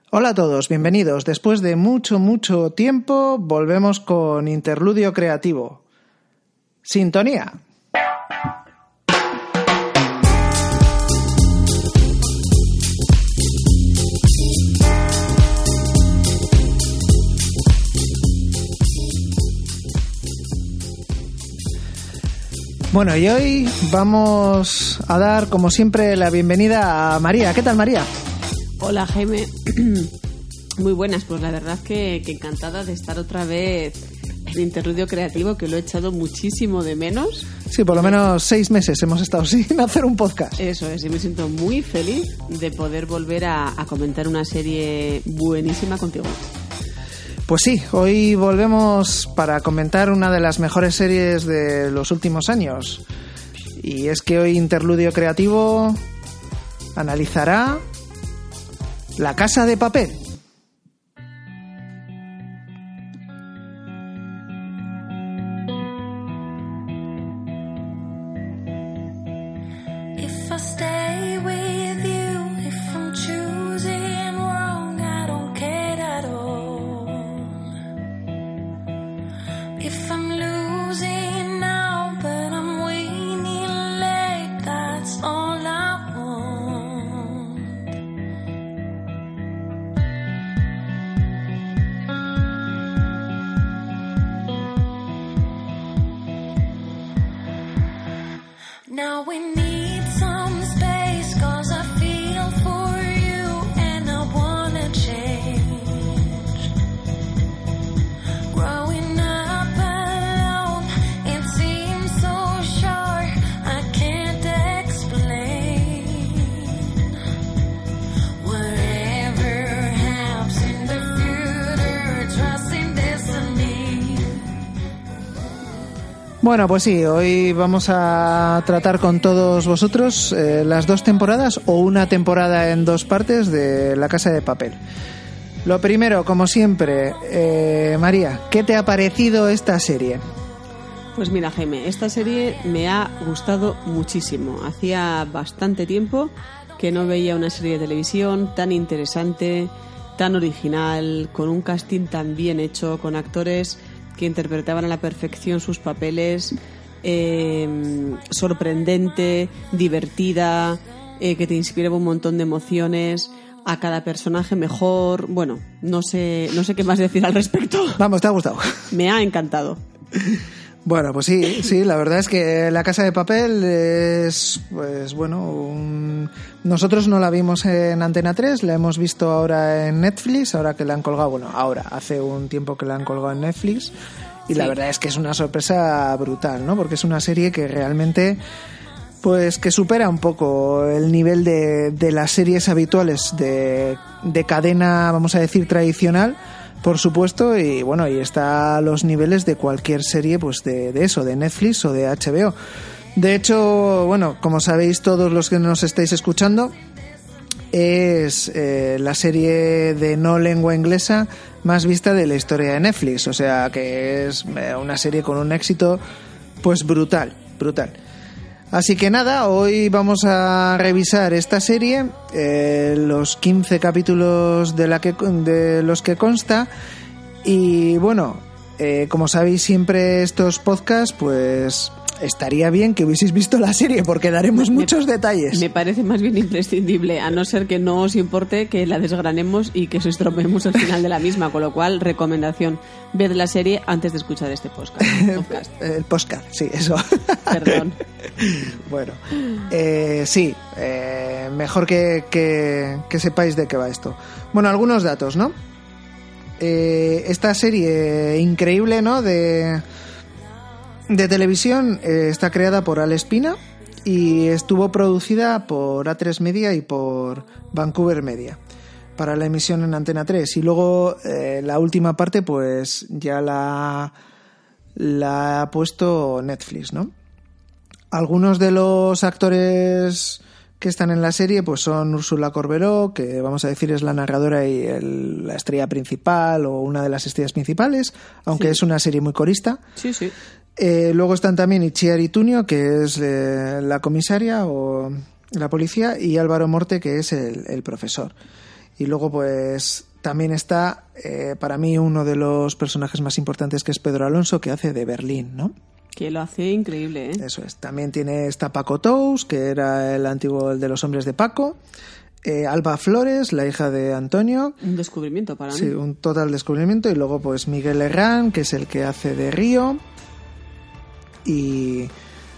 Hola a todos, bienvenidos. Después de mucho tiempo, volvemos con Interludio Creativo. ¡Sintonía! Bueno, y hoy vamos a dar, como siempre, la bienvenida a María. ¿Qué tal, María? Hola, Jaime. Muy buenas, pues la verdad que encantada de estar otra vez en Interludio Creativo, que lo he echado muchísimo de menos. Sí, por lo menos 6 meses hemos estado sin hacer un podcast. Eso es, y me siento muy feliz de poder volver a comentar una serie buenísima contigo. Pues sí, hoy volvemos para comentar una de las mejores series de los últimos años. Y es que hoy Interludio Creativo analizará La Casa de Papel. Now we need some space, 'cause I feel for you and I wanna change. Growing up alone, it seems so short, I can't explain. Whatever happens in the future, trust in destiny. Bueno, pues sí, hoy vamos a tratar con todos vosotros las 2 temporadas o una temporada en 2 partes de La Casa de Papel. Lo primero, como siempre, María, ¿qué te ha parecido esta serie? Pues mira, Jaime, esta serie me ha gustado muchísimo. Hacía bastante tiempo que no veía una serie de televisión tan interesante, tan original, con un casting tan bien hecho, con actores que interpretaban a la perfección sus papeles, sorprendente, divertida, que te inspiraba un montón de emociones, a cada personaje mejor. Bueno, no sé qué más decir al respecto. Vamos, ¿te ha gustado? Me ha encantado. Bueno, pues sí, la verdad es que La Casa de Papel es, pues bueno, nosotros no la vimos en Antena 3, la hemos visto ahora en Netflix, ahora que la han colgado, hace un tiempo que la han colgado en Netflix, y sí. La verdad es que es una sorpresa brutal, ¿no? Porque es una serie que realmente, pues que supera un poco el nivel de las series habituales de cadena, vamos a decir, tradicional, por supuesto, y bueno, y está a los niveles de cualquier serie, pues de eso, de Netflix o de HBO. De hecho, bueno, como sabéis todos los que nos estáis escuchando, es la serie de no lengua inglesa más vista de la historia de Netflix, o sea que es una serie con un éxito pues brutal. Así que nada, hoy vamos a revisar esta serie, los 15 capítulos de los que consta, y bueno, como sabéis siempre estos podcasts, pues estaría bien que hubieseis visto la serie porque daremos muchos detalles. Me parece más bien imprescindible, a no ser que no os importe que la desgranemos y que os estropeemos al final de la misma, con lo cual, recomendación, ved la serie antes de escuchar este podcast. El podcast, sí, eso. Perdón. Bueno, sí, mejor que sepáis de qué va esto. Bueno, algunos datos, ¿no? Esta serie increíble, ¿no?, de televisión está creada por Alex Pina y estuvo producida por A3 Media y por Vancouver Media para la emisión en Antena 3, y luego la última parte pues ya la ha puesto Netflix, ¿no? Algunos de los actores que están en la serie pues son Úrsula Corberó, que vamos a decir es la narradora y la estrella principal o una de las estrellas principales, aunque sí, es una serie muy corista. Sí. Luego están también Itziar Ituño, que es la comisaria o la policía, y Álvaro Morte, que es el profesor. Y luego pues también está para mí uno de los personajes más importantes, que es Pedro Alonso, que hace de Berlín, ¿no? Que lo hace increíble, ¿eh? Eso es. También está Paco Tous, que era el antiguo de los hombres de Paco. Alba Flores, la hija de Antonio. Un descubrimiento para mí. Sí, un total descubrimiento. Y luego pues Miguel Herrán, que es el que hace de Río. Y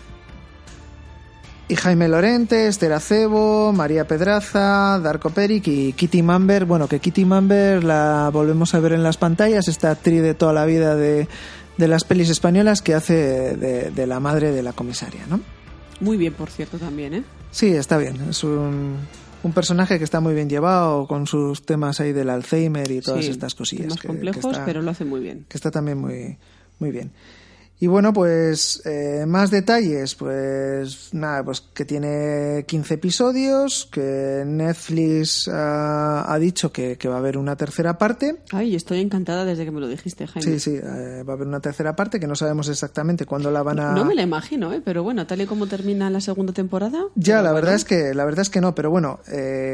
Jaime Lorente, Esther Acebo, María Pedraza, Darko Peric y Kitty Mamber. Bueno, que Kitty Mamber la volvemos a ver en las pantallas, esta actriz de toda la vida de las pelis españolas, que hace de la madre de la comisaria, ¿no? Muy bien, por cierto, también, ¿eh? Sí, está bien. Es un personaje que está muy bien llevado, con sus temas ahí del Alzheimer y todas estas cosillas. Temas complejos, pero lo hace muy bien. Que está también muy, muy bien. Y bueno, pues más detalles, pues nada, pues que tiene 15 episodios, que Netflix ha dicho que va a haber una tercera parte. Ay, estoy encantada desde que me lo dijiste, Jaime. Sí, va a haber una tercera parte, que no sabemos exactamente cuándo la van a... No me la imagino, pero bueno, tal y como termina la segunda temporada... Ya, la verdad es que no, pero bueno...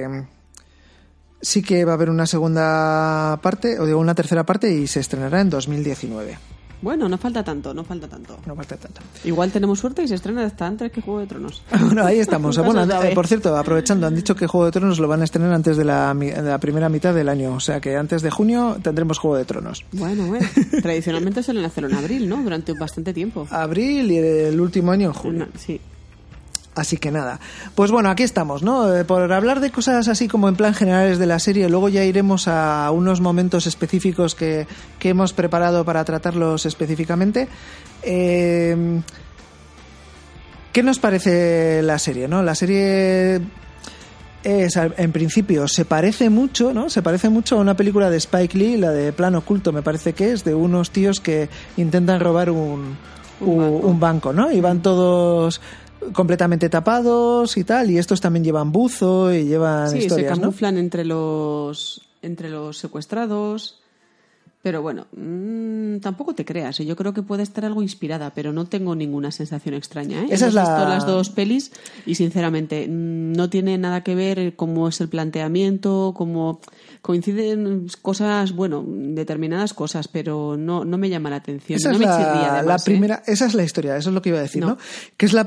sí que va a haber una segunda parte, o digo una tercera parte, y se estrenará en 2019. Bueno, no falta tanto. Igual tenemos suerte y se estrena hasta antes que Juego de Tronos. Bueno, ahí estamos. Bueno, por cierto, aprovechando, han dicho que Juego de Tronos lo van a estrenar antes de la primera mitad del año. O sea que antes de junio tendremos Juego de Tronos. Bueno. Tradicionalmente suelen hacerlo en abril, ¿no? Durante bastante tiempo. Abril y el último año en julio. Sí. Así que nada, pues bueno, aquí estamos, ¿no? Por hablar de cosas así como en plan generales de la serie, luego ya iremos a unos momentos específicos que hemos preparado para tratarlos específicamente. ¿Qué nos parece la serie, no? La serie en principio se parece mucho, ¿no? Se parece mucho a una película de Spike Lee, la de Plan Oculto, me parece que es, de unos tíos que intentan robar un banco, ¿no? Y van todos completamente tapados y tal, y estos también llevan buzo y llevan historias, se camuflan, ¿no? entre los secuestrados, pero bueno, tampoco te creas, yo creo que puede estar algo inspirada, pero no tengo ninguna sensación extraña, ¿eh? Hemos visto las dos pelis y sinceramente no tiene nada que ver cómo es el planteamiento, cómo coinciden cosas, bueno, determinadas cosas, pero no me llama la atención. Esa no es me chirría, además, la primera, esa es la historia, eso es lo que iba a decir, ¿no? Que es el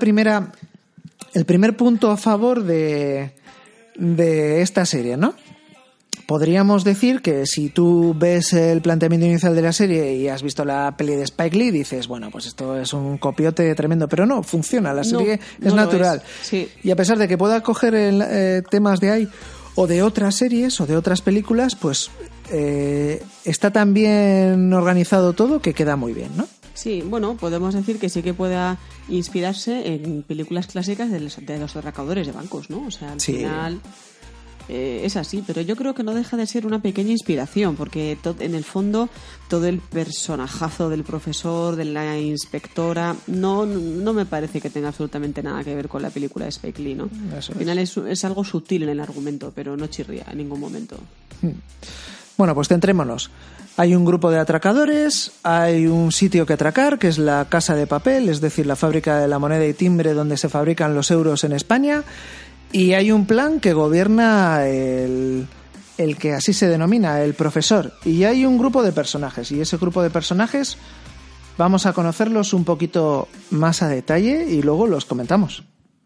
primer punto a favor de esta serie, ¿no? Podríamos decir que si tú ves el planteamiento inicial de la serie y has visto la peli de Spike Lee, dices, bueno, pues esto es un copiote tremendo, pero no, funciona, la serie es natural. Sí. Y a pesar de que pueda coger temas de ahí o de otras series o de otras películas, pues está tan bien organizado todo que queda muy bien, ¿no? Sí, bueno, podemos decir que sí que pueda inspirarse en películas clásicas de los atracadores de bancos, ¿no? O sea, al final es así, pero yo creo que no deja de ser una pequeña inspiración, porque en el fondo todo el personajazo del profesor, de la inspectora, no me parece que tenga absolutamente nada que ver con la película de Spike Lee, ¿no? Al final es algo sutil en el argumento, pero no chirría en ningún momento. Bueno, pues centrémonos. Hay un grupo de atracadores, hay un sitio que atracar, que es la Casa de Papel, es decir, la fábrica de la moneda y timbre donde se fabrican los euros en España, y hay un plan que gobierna el que así se denomina, el profesor, y hay un grupo de personajes, y ese grupo de personajes vamos a conocerlos un poquito más a detalle y luego los comentamos.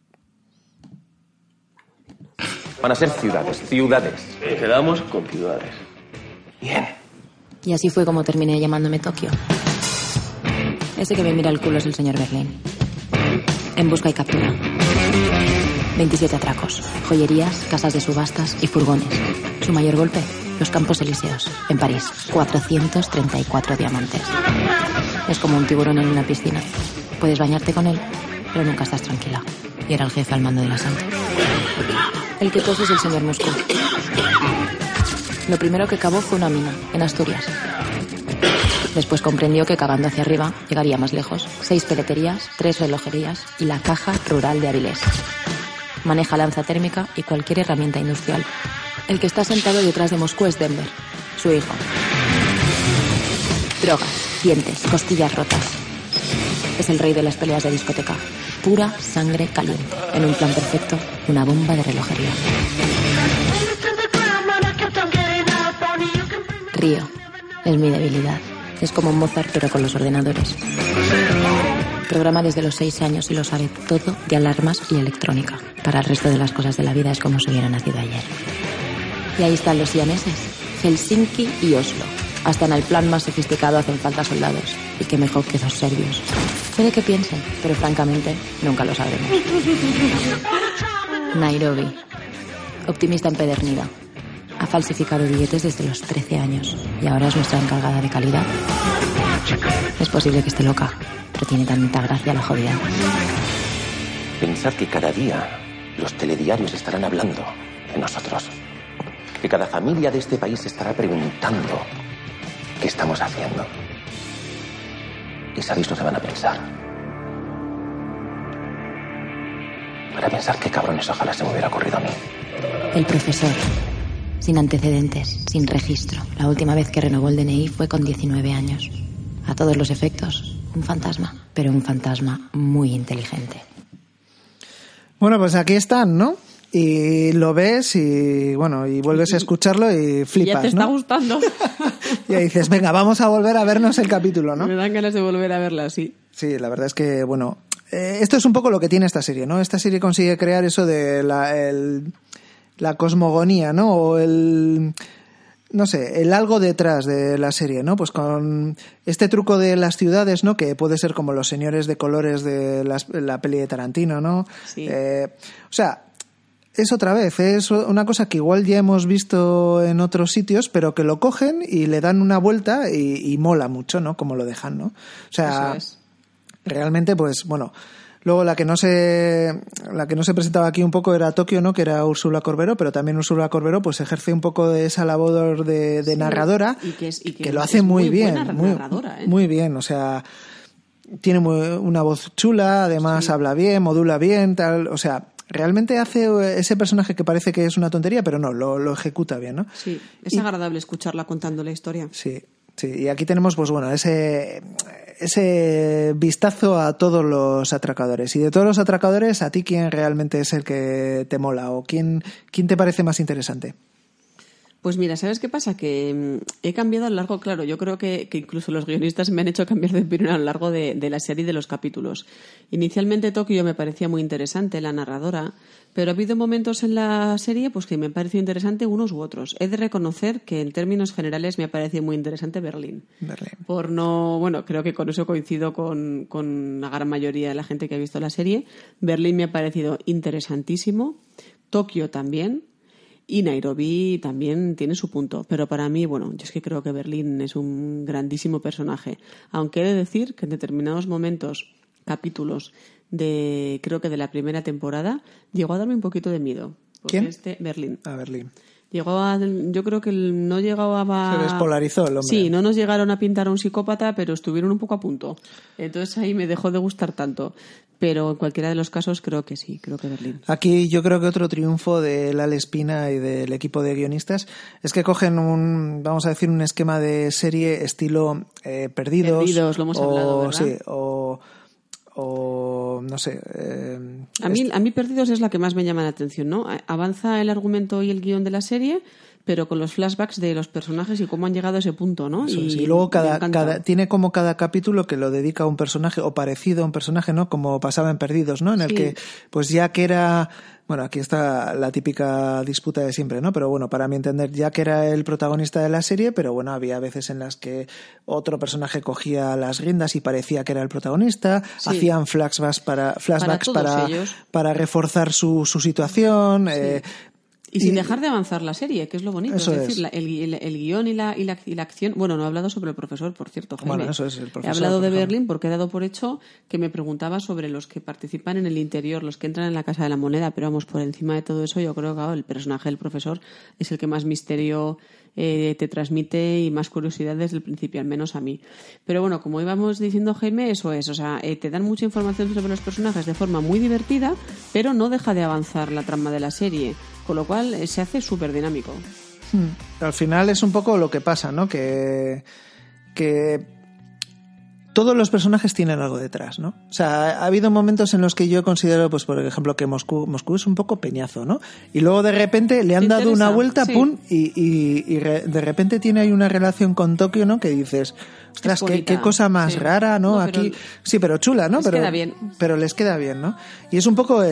Van a ser ciudades. Nos quedamos con ciudades. Bien. Y así fue como terminé llamándome Tokio. Ese que me mira el culo es el señor Berlín. En busca y captura. 27 atracos, joyerías, casas de subastas y furgones. Su mayor golpe, los Campos Elíseos, en París. 434 diamantes. Es como un tiburón en una piscina. Puedes bañarte con él, pero nunca estás tranquila. Y era el jefe al mando del asalto. El que tose es el señor Moscú. Lo primero que cavó fue una mina, en Asturias. Después comprendió que cavando hacia arriba llegaría más lejos. 6 peleterías, 3 relojerías y la Caja Rural de Avilés. Maneja lanza térmica y cualquier herramienta industrial. El que está sentado detrás de Moscú es Denver, su hijo. Drogas, dientes, costillas rotas. Es el rey de las peleas de discoteca. Pura sangre caliente. En un plan perfecto, una bomba de relojería. frío. Es mi debilidad. Es como Mozart, pero con los ordenadores. Programa desde los 6 años y lo sabe todo de alarmas y electrónica. Para el resto de las cosas de la vida es como si hubiera nacido ayer. Y ahí están los siameses, Helsinki y Oslo. Hasta en el plan más sofisticado hacen falta soldados. Y qué mejor que esos serbios. Puede que piensen, pero francamente nunca lo sabremos. Nairobi. Optimista empedernida. Ha falsificado billetes desde los 13 años y ahora es nuestra encargada de calidad. Es posible que esté loca, pero tiene tanta gracia la jodida. Pensad que cada día los telediarios estarán hablando de nosotros. Que cada familia de este país estará preguntando qué estamos haciendo. ¿Y sabéis lo que van a pensar? Van a pensar qué cabrones, ojalá se me hubiera ocurrido a mí. El profesor. Sin antecedentes, sin registro. La última vez que renovó el DNI fue con 19 años. A todos los efectos, un fantasma, pero un fantasma muy inteligente. Bueno, pues aquí están, ¿no? Y lo ves y bueno, y vuelves a escucharlo y flipas, ya te está ¿no? gustando. Y ahí dices, venga, vamos a volver a vernos el capítulo, ¿no? Me dan ganas de volver a verla, sí. Sí, la verdad es que, bueno, esto es un poco lo que tiene esta serie, ¿no? Esta serie consigue crear eso de la cosmogonía, ¿no? O no sé, el algo detrás de la serie, ¿no? Pues con este truco de las ciudades, ¿no? Que puede ser como los señores de colores de la peli de Tarantino, ¿no? Sí. O sea, es otra vez, es una cosa que igual ya hemos visto en otros sitios, pero que lo cogen y le dan una vuelta y mola mucho, ¿no? Como lo dejan, ¿no? O sea, Eso es. Realmente, pues, bueno... Luego la que no se presentaba aquí un poco era Tokio, ¿no? Que era Úrsula Corberó, pero también Úrsula Corberó pues ejerce un poco de esa labor de Sí, narradora y que lo hace muy bien, buena narradora, ¿eh? muy bien, o sea, tiene una voz chula, además habla bien, modula bien, tal, o sea, realmente hace ese personaje que parece que es una tontería, pero no, lo ejecuta bien, ¿no? Sí, es agradable escucharla contando la historia. Sí, y aquí tenemos, pues bueno, ese vistazo a todos los atracadores. Y de todos los atracadores, ¿a ti quién realmente es el que te mola? ¿O quién te parece más interesante? Pues mira, ¿sabes qué pasa? Que he cambiado a lo largo, claro, yo creo que incluso los guionistas me han hecho cambiar de opinión a lo largo de la serie y de los capítulos. Inicialmente Tokio me parecía muy interesante, la narradora, pero ha habido momentos en la serie pues que me han parecido interesante unos u otros. He de reconocer que en términos generales me ha parecido muy interesante Berlín. Creo que con eso coincido con la gran mayoría de la gente que ha visto la serie. Berlín me ha parecido interesantísimo, Tokio también. Y Nairobi también tiene su punto. Pero para mí, bueno, yo es que creo que Berlín es un grandísimo personaje. Aunque he de decir que en determinados momentos, capítulos creo que de la primera temporada, llegó a darme un poquito de miedo. ¿Quién? Berlín. Berlín. Yo creo que no llegaba Se despolarizó el hombre. Sí, no nos llegaron a pintar a un psicópata, pero estuvieron un poco a punto. Entonces ahí me dejó de gustar tanto. Pero en cualquiera de los casos creo que sí, creo que Berlín. Aquí yo creo que otro triunfo de Lale Espina y del equipo de guionistas es que cogen un esquema de serie estilo Perdidos. Perdidos, lo hemos hablado, ¿verdad? Sí, o no sé. A mí Perdidos es la que más me llama la atención, ¿no? Avanza el argumento y el guión de la serie, pero con los flashbacks de los personajes y cómo han llegado a ese punto, ¿no? Y luego tiene como cada capítulo que lo dedica a un personaje o parecido a un personaje, ¿no? Como pasaba en Perdidos, ¿no? En el que, pues ya que era... Bueno, aquí está la típica disputa de siempre, ¿no? Pero bueno, para mi entender, ya que era el protagonista de la serie, pero bueno, había veces en las que otro personaje cogía las riendas y parecía que era el protagonista, hacían flashbacks para reforzar su situación, y sin dejar de avanzar la serie, que es lo bonito. Es decir, el guión y la acción... Bueno, no he hablado sobre el profesor, por cierto, Jaime. Bueno, eso es el profesor. He hablado de Berlín porque he dado por hecho que me preguntaba sobre los que participan en el interior, los que entran en la Casa de la Moneda, pero vamos, por encima de todo eso, yo creo que el personaje del profesor es el que más misterio te transmite y más curiosidad desde el principio, al menos a mí. Pero bueno, como íbamos diciendo, Jaime, eso es. O sea, te dan mucha información sobre los personajes de forma muy divertida, pero no deja de avanzar la trama de la serie. Con lo cual se hace súper dinámico. Al final es un poco lo que pasa, ¿no? Que todos los personajes tienen algo detrás, ¿no? O sea, ha habido momentos en los que yo considero, pues por ejemplo, que Moscú es un poco peñazo, ¿no? Y luego de repente le han dado una vuelta, sí. pum, de repente tiene ahí una relación con Tokio, ¿no? Que dices, ostras, qué cosa más sí. rara, ¿no? No, Aquí, sí, pero chula, ¿no? Les queda bien. Pero les queda bien, ¿no? Y es un poco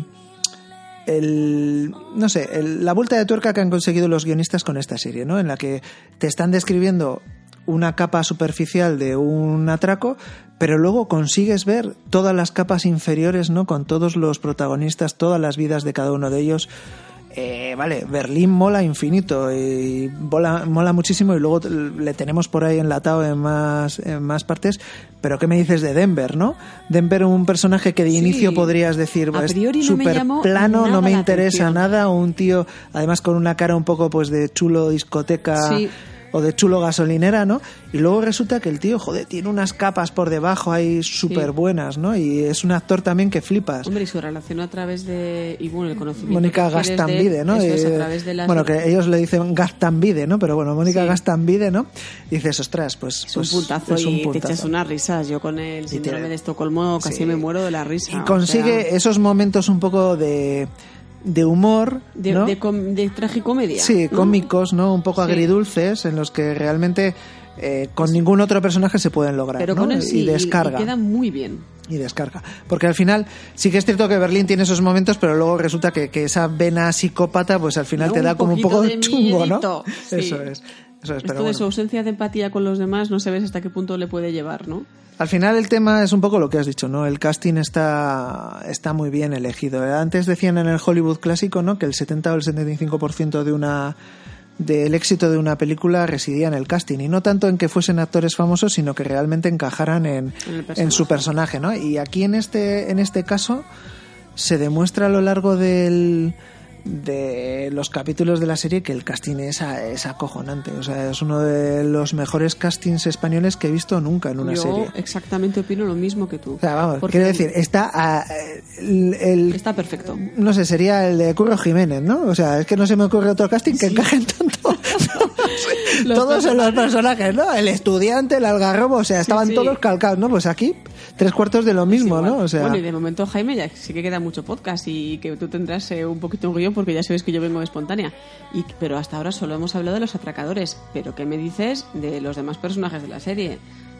no sé, la vuelta de tuerca que han conseguido los guionistas con esta serie, ¿no? En la que te están describiendo una capa superficial de un atraco, pero luego consigues ver todas las capas inferiores, ¿no? Con todos los protagonistas, todas las vidas de cada uno de ellos. Vale, Berlín mola infinito y mola muchísimo, y luego le tenemos por ahí enlatado en más partes. Pero ¿qué me dices de Denver, no? Denver, un personaje que de inicio podrías decir, a priori no me súper llamó plano, nada no me la interesa atención. nada, un tío además con una cara un poco pues de chulo discoteca, Sí. o de chulo gasolinera, ¿no? Y luego resulta que el tío, joder, tiene unas capas por debajo ahí súper buenas, ¿no? Y es un actor también que flipas. Hombre, y su relación a través de... Y bueno, el conocimiento Mónica que tienes Gastambide, ¿no? Eso es, a través de las... Bueno, que ellos le dicen Gastambide, ¿no? Pero bueno, Mónica Sí. Gastambide, ¿no? Y dices, ostras, pues... Es un puntazo y te echas unas risas. Yo con el síndrome de Estocolmo casi me muero de la risa. Y consigue o sea, esos momentos un poco de humor, ¿no? de tragicomedia. Sí, ¿no? cómicos, ¿no? Un poco Sí. agridulces, en los que realmente con ningún otro personaje se pueden lograr, Pero ¿no? con él sí, y descarga. y queda muy bien. Y descarga. Porque al final, sí que es cierto que Berlín tiene esos momentos, pero luego resulta que esa vena psicópata, pues al final Da te da un como un poquito poco de chungo, miedito. ¿no? Sí. Eso es. Pero Esto de bueno. su ausencia de empatía con los demás no sabes hasta qué punto le puede llevar, ¿no? Al final el tema es un poco lo que has dicho, ¿no? El casting está muy bien elegido. Antes decían en el Hollywood clásico, ¿no? Que el 70 o el 75% del éxito de una película residía en el casting, y no tanto en que fuesen actores famosos, sino que realmente encajaran en su personaje, ¿no? Y aquí en este caso se demuestra a lo largo de los capítulos de la serie que el casting es acojonante. O sea, es uno de los mejores castings españoles que he visto nunca en una serie. Yo exactamente opino lo mismo que tú. O sea, vamos, Porque quiero decir, está está perfecto. no sé, sería el de Curro Jiménez, ¿no? O sea, es que no se me ocurre otro casting que encajen tanto. Todos en los personajes, ¿no? El estudiante, el algarrobo, o sea, estaban sí. todos calcados, ¿no? Pues aquí, 3/4 de lo mismo, Igual. ¿no? O sea, Bueno, y de momento, Jaime, ya sí que queda mucho podcast y que tú tendrás un poquito un guión porque ya sabes que yo vengo espontánea. Pero hasta ahora solo hemos hablado de los atracadores. ¿Pero qué me dices de los demás personajes de la serie?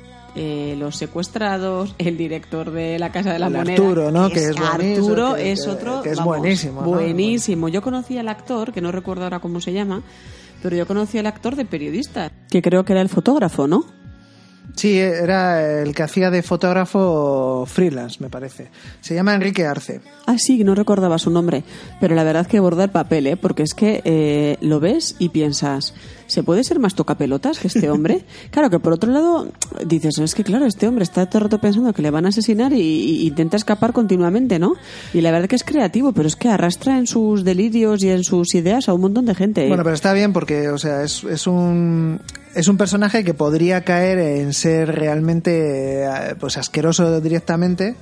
Los secuestrados, el director de la Casa de la el Moneda. Arturo, ¿no? Que es Arturo buenísimo, es otro. que es vamos, buenísimo, ¿no? Buenísimo. Yo conocí al actor, que no recuerdo ahora cómo se llama, pero yo conocí al actor de Periodista, que creo que era el fotógrafo, ¿no? Sí, era el que hacía de fotógrafo freelance, me parece. Se llama Enrique Arce. Ah, sí, no recordaba su nombre, pero la verdad que borda el papel, ¿eh? Porque es que lo ves y piensas, ¿se puede ser más tocapelotas que este hombre? Claro que por otro lado dices, es que claro, este hombre está todo el rato pensando que le van a asesinar y intenta escapar continuamente, ¿no? Y la verdad que es creativo, pero es que arrastra en sus delirios y en sus ideas a un montón de gente. Bueno, pero está bien porque, o sea, es un personaje que podría caer en ser realmente pues asqueroso directamente,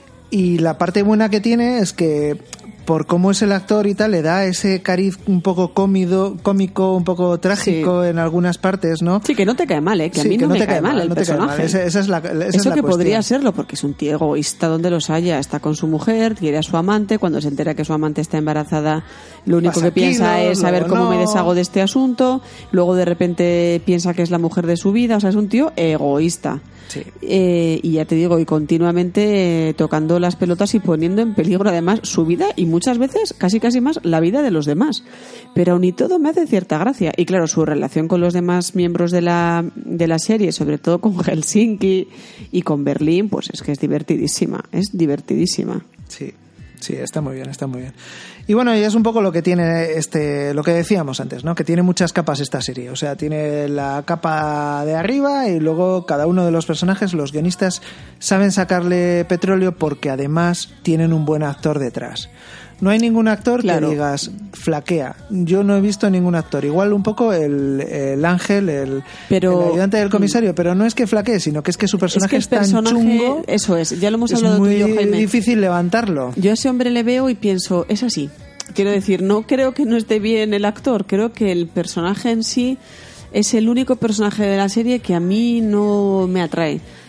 y la parte buena que tiene es que por cómo es el actor y tal, le da ese cariz un poco cómico, un poco trágico en algunas partes, ¿no? Sí, que no te cae mal, ¿eh? Que Sí, a mí que no me cae mal el no te cae mal. personaje. Esa es la Eso que cuestión. podría serlo, porque es un tío egoísta donde los haya. Está con su mujer, quiere a su amante. Cuando se entera que su amante está embarazada, lo único Pasa que piensa kilos, es saber luego cómo me no. deshago de este asunto. Luego de repente piensa que es la mujer de su vida. O sea, es un tío egoísta. Sí. Y ya te digo, y continuamente tocando las pelotas y poniendo en peligro además su vida y muchas veces casi más la vida de los demás. Pero aun y todo me hace cierta gracia. Y claro, su relación con los demás miembros de la serie, sobre todo con Helsinki y con Berlín, pues es que es divertidísima. Es divertidísima. Sí. Sí, está muy bien, está muy bien. Y bueno, y es un poco lo que tiene lo que decíamos antes, ¿no? Que tiene muchas capas esta serie. O sea, tiene la capa de arriba y luego cada uno de los personajes, los guionistas, saben sacarle petróleo porque además tienen un buen actor detrás. No hay ningún actor Claro. que digas flaquea. Yo no he visto ningún actor. Igual un poco el Ángel, el ayudante del comisario, pero no es que flaquee, sino que es que su personaje es, tan chungo. Eso es, ya lo hemos Es hablado tú muy y yo, Jaime. difícil levantarlo. Yo a ese hombre le veo y pienso, es así. Quiero decir, no creo que no esté bien el actor, creo que el personaje en sí es el único personaje de la serie que a mí no me atrae.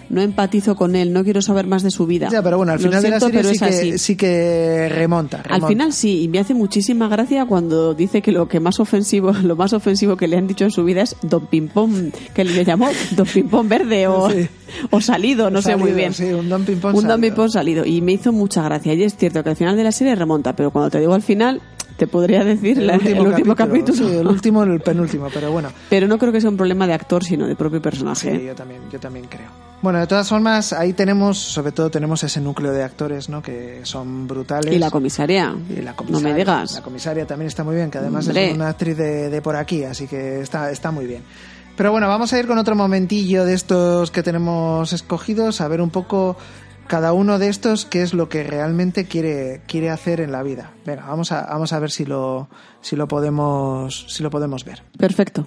no empatizo con él, no quiero saber más de su vida. Ya, pero bueno, al Lo final siento, de la pero serie es así. sí que remonta. Al final sí, y me hace muchísima gracia cuando dice que lo más ofensivo que le han dicho en su vida es Don Pimpón, que le llamó Don Pimpón verde o, Sí. o salido, no sé muy bien. Sí, un Don Pimpón Un Don salido. Pimpón salido. Y me hizo mucha gracia. Y es cierto que al final de la serie remonta, pero cuando te digo al final, te podría decir el último capítulo. Sí, el penúltimo, pero bueno. Pero no creo que sea un problema de actor, sino de propio personaje. Sí, yo también creo. Bueno, de todas formas, ahí sobre todo tenemos ese núcleo de actores, ¿no? Que son brutales. Y la comisaria. No me digas. La comisaria también está muy bien, que además Hombre. es una actriz de por aquí, así que está muy bien. Pero bueno, vamos a ir con otro momentillo de estos que tenemos escogidos, a ver un poco cada uno de estos qué es lo que realmente quiere hacer en la vida. Venga, vamos a ver si lo podemos ver. Perfecto.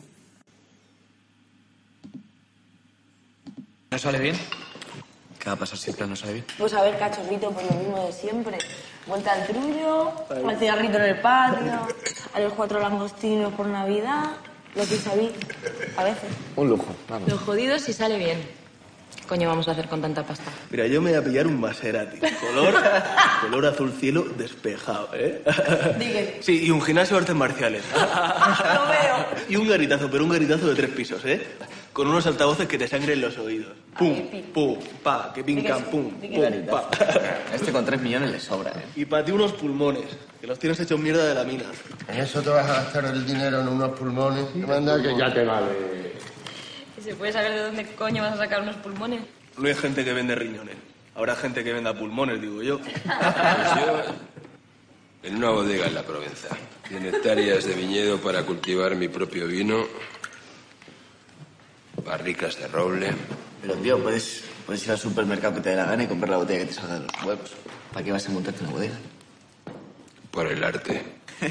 ¿No sale bien? ¿Qué va a pasar si el plan no sale bien? Pues a ver, cachorrito, pues lo mismo de siempre. Vuelta al trullo, al cigarrito en el patio, a los 4 langostinos por Navidad, lo que sabí, a veces. Un lujo, vamos. Lo jodido si sale bien. ¿Qué coño vamos a hacer con tanta pasta? Mira, yo me voy a pillar un Maserati. Color azul cielo despejado, ¿eh? Digue. Sí, y un gimnasio de artes marciales. Lo veo. Y un garitazo, pero un garitazo de 3 pisos, ¿eh? Con unos altavoces que te sangren los oídos. Pum, pum, pa, que pincan, pum, pum, pa. Este con 3 millones le sobra, ¿eh? Y para ti unos pulmones, que los tienes hechos mierda de la mina. ¿En eso te vas a gastar el dinero en unos pulmones? Manda que ya te vale. ¿Y se puede saber de dónde coño vas a sacar unos pulmones? No hay gente que vende riñones. Habrá gente que venda pulmones, digo yo. Pues yo, en una bodega en la Provenza, 100 hectáreas de viñedo para cultivar mi propio vino, barricas de roble. Pero, tío, puedes ir al supermercado que te dé la gana y comprar la botella que te salga de los huevos. ¿Para qué vas a montarte una bodega? Por el arte.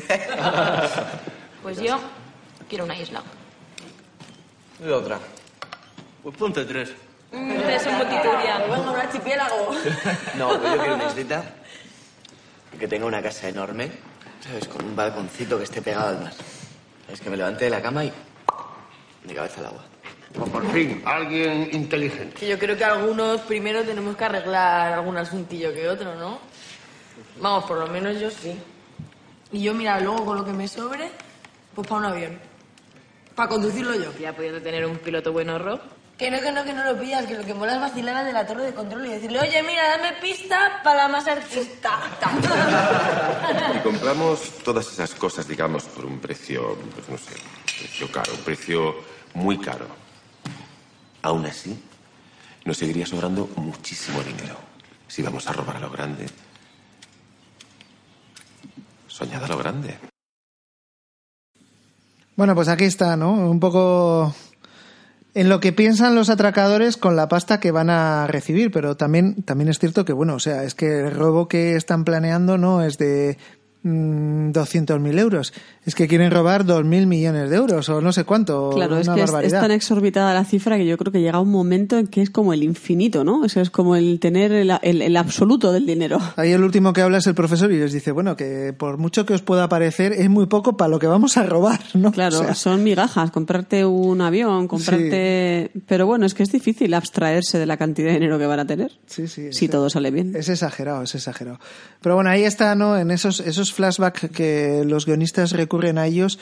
Pues yo quiero una isla. Y otra. Pues ponte 3. Es un multitudinario. Venga, un archipiélago. No, pero yo quiero una islita que tenga una casa enorme, ¿sabes? Con un balconcito que esté pegado al mar. Es que me levante de la cama y de cabeza al agua. Pues por fin, alguien inteligente. Que yo creo que algunos primero tenemos que arreglar algún asuntillo que otro, ¿no? Vamos, por lo menos yo sí. Y yo, mira, luego con lo que me sobre, pues para un avión. Para conducirlo yo. Ya pudiendo tener un piloto bueno, Ro. Que no lo pillas, que lo que mola es vacilar al de la torre de control y decirle, oye, mira, dame pista para la más artista. Y compramos todas esas cosas, digamos, por un precio, pues no sé, precio caro, un precio muy caro. Aún así, nos seguiría sobrando muchísimo dinero. Si vamos a robar a lo grande. Soñad a lo grande. Bueno, pues aquí está, ¿no? Un poco en lo que piensan los atracadores con la pasta que van a recibir, pero también es cierto que, bueno, o sea, es que el robo que están planeando no es de 200.000 euros, es que quieren robar 2.000 millones de euros o no sé cuánto. Claro, es una que barbaridad. es tan exorbitada la cifra que yo creo que llega un momento en que es como el infinito, ¿no? O sea, es como el tener el absoluto del dinero. Ahí el último que habla es el profesor y les dice, bueno, que por mucho que os pueda parecer, es muy poco para lo que vamos a robar, ¿no? Claro, O sea, son migajas, comprarte un avión, comprarte... Pero bueno, es que es difícil abstraerse de la cantidad de dinero que van a tener. sí, Si todo sale bien. Es exagerado. Pero bueno, ahí está, ¿no? En esos flashbacks que los guionistas recurren a ellos,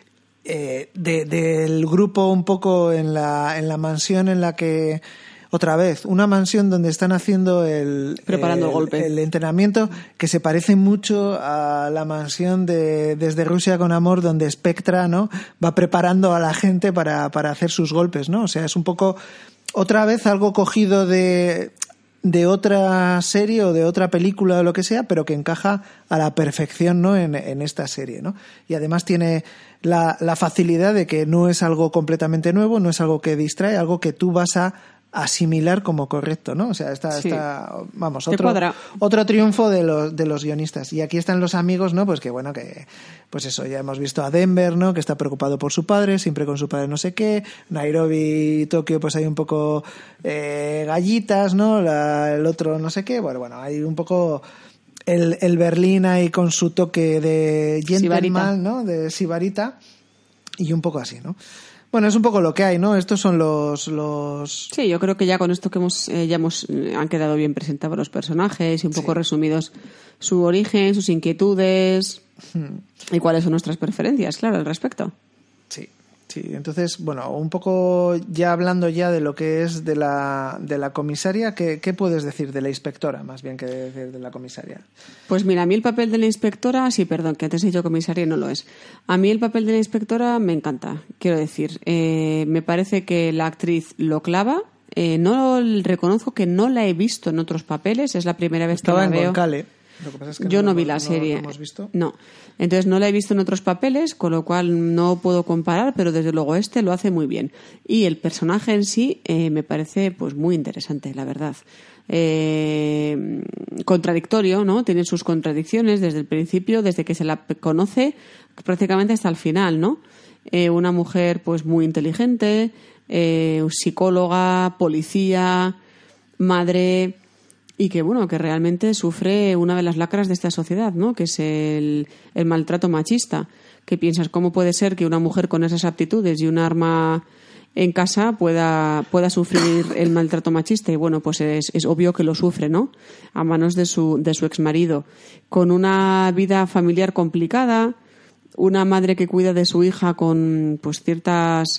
del grupo un poco en la mansión en la que, otra vez, una mansión donde están haciendo Preparando el golpe. el entrenamiento, que se parece mucho a la mansión de Desde Rusia con Amor, donde Spectra, ¿no? Va preparando a la gente para hacer sus golpes, ¿no? O sea, es un poco, otra vez, algo cogido de otra serie o de otra película o lo que sea, pero que encaja a la perfección, ¿no? en esta serie, ¿no? Y además tiene la facilidad de que no es algo completamente nuevo, no es algo que distrae, algo que tú vas a asimilar como correcto, ¿no? O sea, vamos, otro triunfo de los guionistas. Y aquí están los amigos, ¿no? Pues que bueno, que pues eso, ya hemos visto a Denver, ¿no? Que está preocupado por su padre, siempre con su padre no sé qué. Nairobi y Tokio, pues hay un poco gallitas, ¿no? El otro no sé qué. Bueno, hay un poco el Berlín ahí con su toque de gentleman, ¿no? De sibarita. Y un poco así, ¿no? Bueno, es un poco lo que hay, ¿no? Estos son los... Sí, yo creo que ya con esto que han quedado bien presentados los personajes y un poco resumidos su origen, sus inquietudes y cuáles son nuestras preferencias, claro, al respecto. Sí. Entonces, bueno, un poco ya hablando ya de lo que es de la comisaria, ¿qué puedes decir de la inspectora, más bien que decir de la comisaria? Pues mira, a mí el papel de la inspectora, sí, perdón, que antes he dicho comisaria y no lo es. A mí el papel de la inspectora me encanta, quiero decir. Me parece que la actriz lo clava. No reconozco que no la he visto en otros papeles, es la primera vez que la veo. Estaba en Goncale. Lo que pasa es que yo no vi la serie. ¿No hemos visto? No. Entonces no la he visto en otros papeles, con lo cual no puedo comparar, pero desde luego este lo hace muy bien. Y el personaje en sí me parece pues muy interesante, la verdad. Contradictorio, ¿no? Tiene sus contradicciones desde el principio, desde que se la conoce prácticamente hasta el final, ¿no? Una mujer pues muy inteligente, psicóloga, policía, madre, y que bueno, que realmente sufre una de las lacras de esta sociedad, ¿no? Que es el maltrato machista. Que piensas, ¿cómo puede ser que una mujer con esas aptitudes y un arma en casa pueda sufrir el maltrato machista? Y bueno, pues es obvio que lo sufre, ¿no? A manos de su exmarido. Con una vida familiar complicada, una madre que cuida de su hija con pues ciertas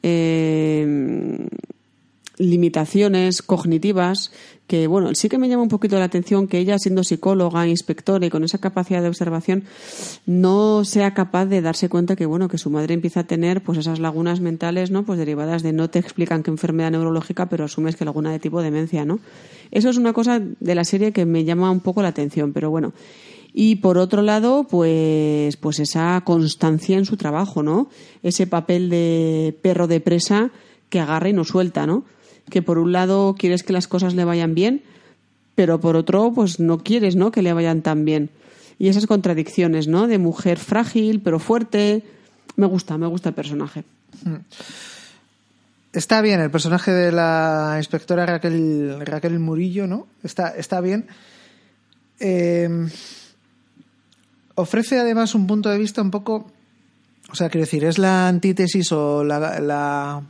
limitaciones cognitivas, que bueno, sí que me llama un poquito la atención que ella, siendo psicóloga, inspectora y con esa capacidad de observación, no sea capaz de darse cuenta que bueno, que su madre empieza a tener pues esas lagunas mentales, ¿no? Pues derivadas de, no te explican qué enfermedad neurológica, pero asumes que alguna de tipo demencia, ¿no? Eso es una cosa de la serie que me llama un poco la atención, pero bueno. Y por otro lado, pues esa constancia en su trabajo, ¿no? Ese papel de perro de presa que agarra y no suelta, ¿no? Que por un lado quieres que las cosas le vayan bien, pero por otro pues no quieres, ¿no? Que le vayan tan bien. Y esas contradicciones, ¿no? De mujer frágil pero fuerte. Me gusta el personaje. Está bien el personaje de la inspectora Raquel Murillo, ¿no? Está bien. Ofrece además un punto de vista un poco, o sea, quiero decir, es la antítesis o la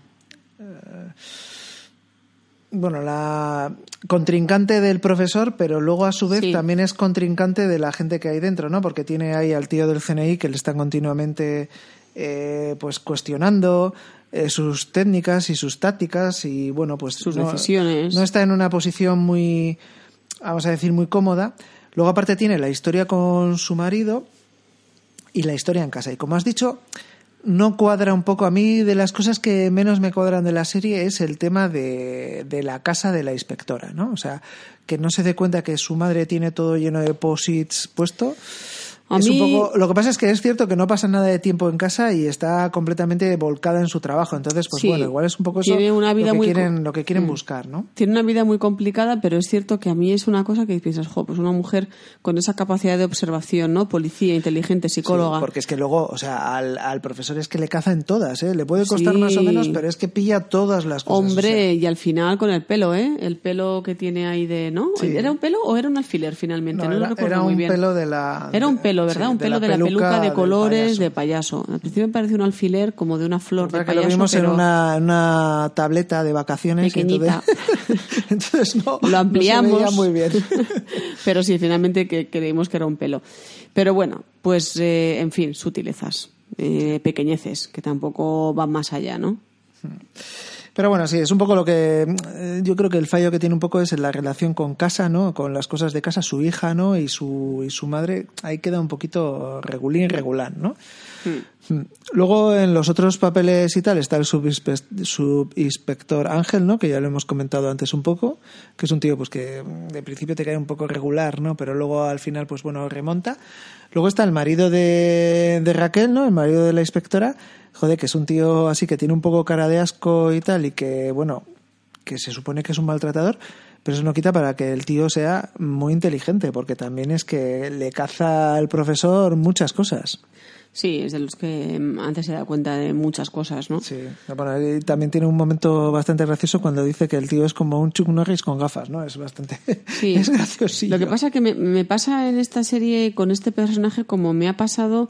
contrincante del profesor, pero luego a su vez también es contrincante de la gente que hay dentro, ¿no? Porque tiene ahí al tío del CNI que le están continuamente pues cuestionando sus técnicas y sus tácticas y bueno, pues sus decisiones. No está en una posición muy, vamos a decir, muy cómoda. Luego aparte tiene la historia con su marido y la historia en casa. Y como has dicho, no cuadra un poco. A mí, de las cosas que menos me cuadran de la serie es el tema de la casa de la inspectora, ¿no? O sea, que no se dé cuenta que su madre tiene todo lleno de posits puesto. Un poco, lo que pasa es que es cierto que no pasa nada de tiempo en casa y está completamente volcada en su trabajo. Entonces, pues bueno, igual es un poco eso lo que quieren buscar, ¿no? Tiene una vida muy complicada, pero es cierto que a mí es una cosa que piensas, pues una mujer con esa capacidad de observación, ¿no? Policía, inteligente, psicóloga. Sí, porque es que luego, o sea, al profesor es que le caza en todas, ¿eh? Le puede costar más o menos, pero es que pilla todas las cosas. Hombre, o sea. Y al final con el pelo, ¿eh? El pelo que tiene ahí de, ¿no? Sí. ¿Era un pelo o era un alfiler finalmente? No lo recuerdo muy bien. Era un pelo de la... Era un pelo, ¿verdad? Sí, un pelo de la peluca de colores de payaso. Al principio me pareció un alfiler como de una flor de payaso. Lo vimos pero en una tableta de vacaciones. Pequeñita. Entonces no, lo ampliamos. No se veía muy bien. Pero sí, finalmente creímos que era un pelo. Pero bueno, pues en fin, sutilezas, pequeñeces, que tampoco van más allá, ¿no? Pero bueno, sí, es un poco lo que yo creo que el fallo que tiene un poco es en la relación con casa, ¿no? Con las cosas de casa, su hija, ¿no? Y su madre, ahí queda un poquito regular, ¿no? Luego en los otros papeles y tal está el subinspector Ángel, ¿no? Que ya lo hemos comentado antes un poco, que es un tío pues que de principio te cae un poco regular, ¿no? Pero luego al final pues bueno, remonta. Luego está el marido de Raquel, ¿no? El marido de la inspectora, joder, que es un tío así que tiene un poco cara de asco y tal, y que bueno, que se supone que es un maltratador, pero eso no quita para que el tío sea muy inteligente, porque también es que le caza al profesor muchas cosas. Sí, es de los que antes se da cuenta de muchas cosas, ¿no? Sí, bueno, y también tiene un momento bastante gracioso cuando dice que el tío es como un Chuck Norris con gafas, ¿no? Es bastante... Sí. Es graciosillo. Lo que pasa es que me pasa en esta serie con este personaje como me ha pasado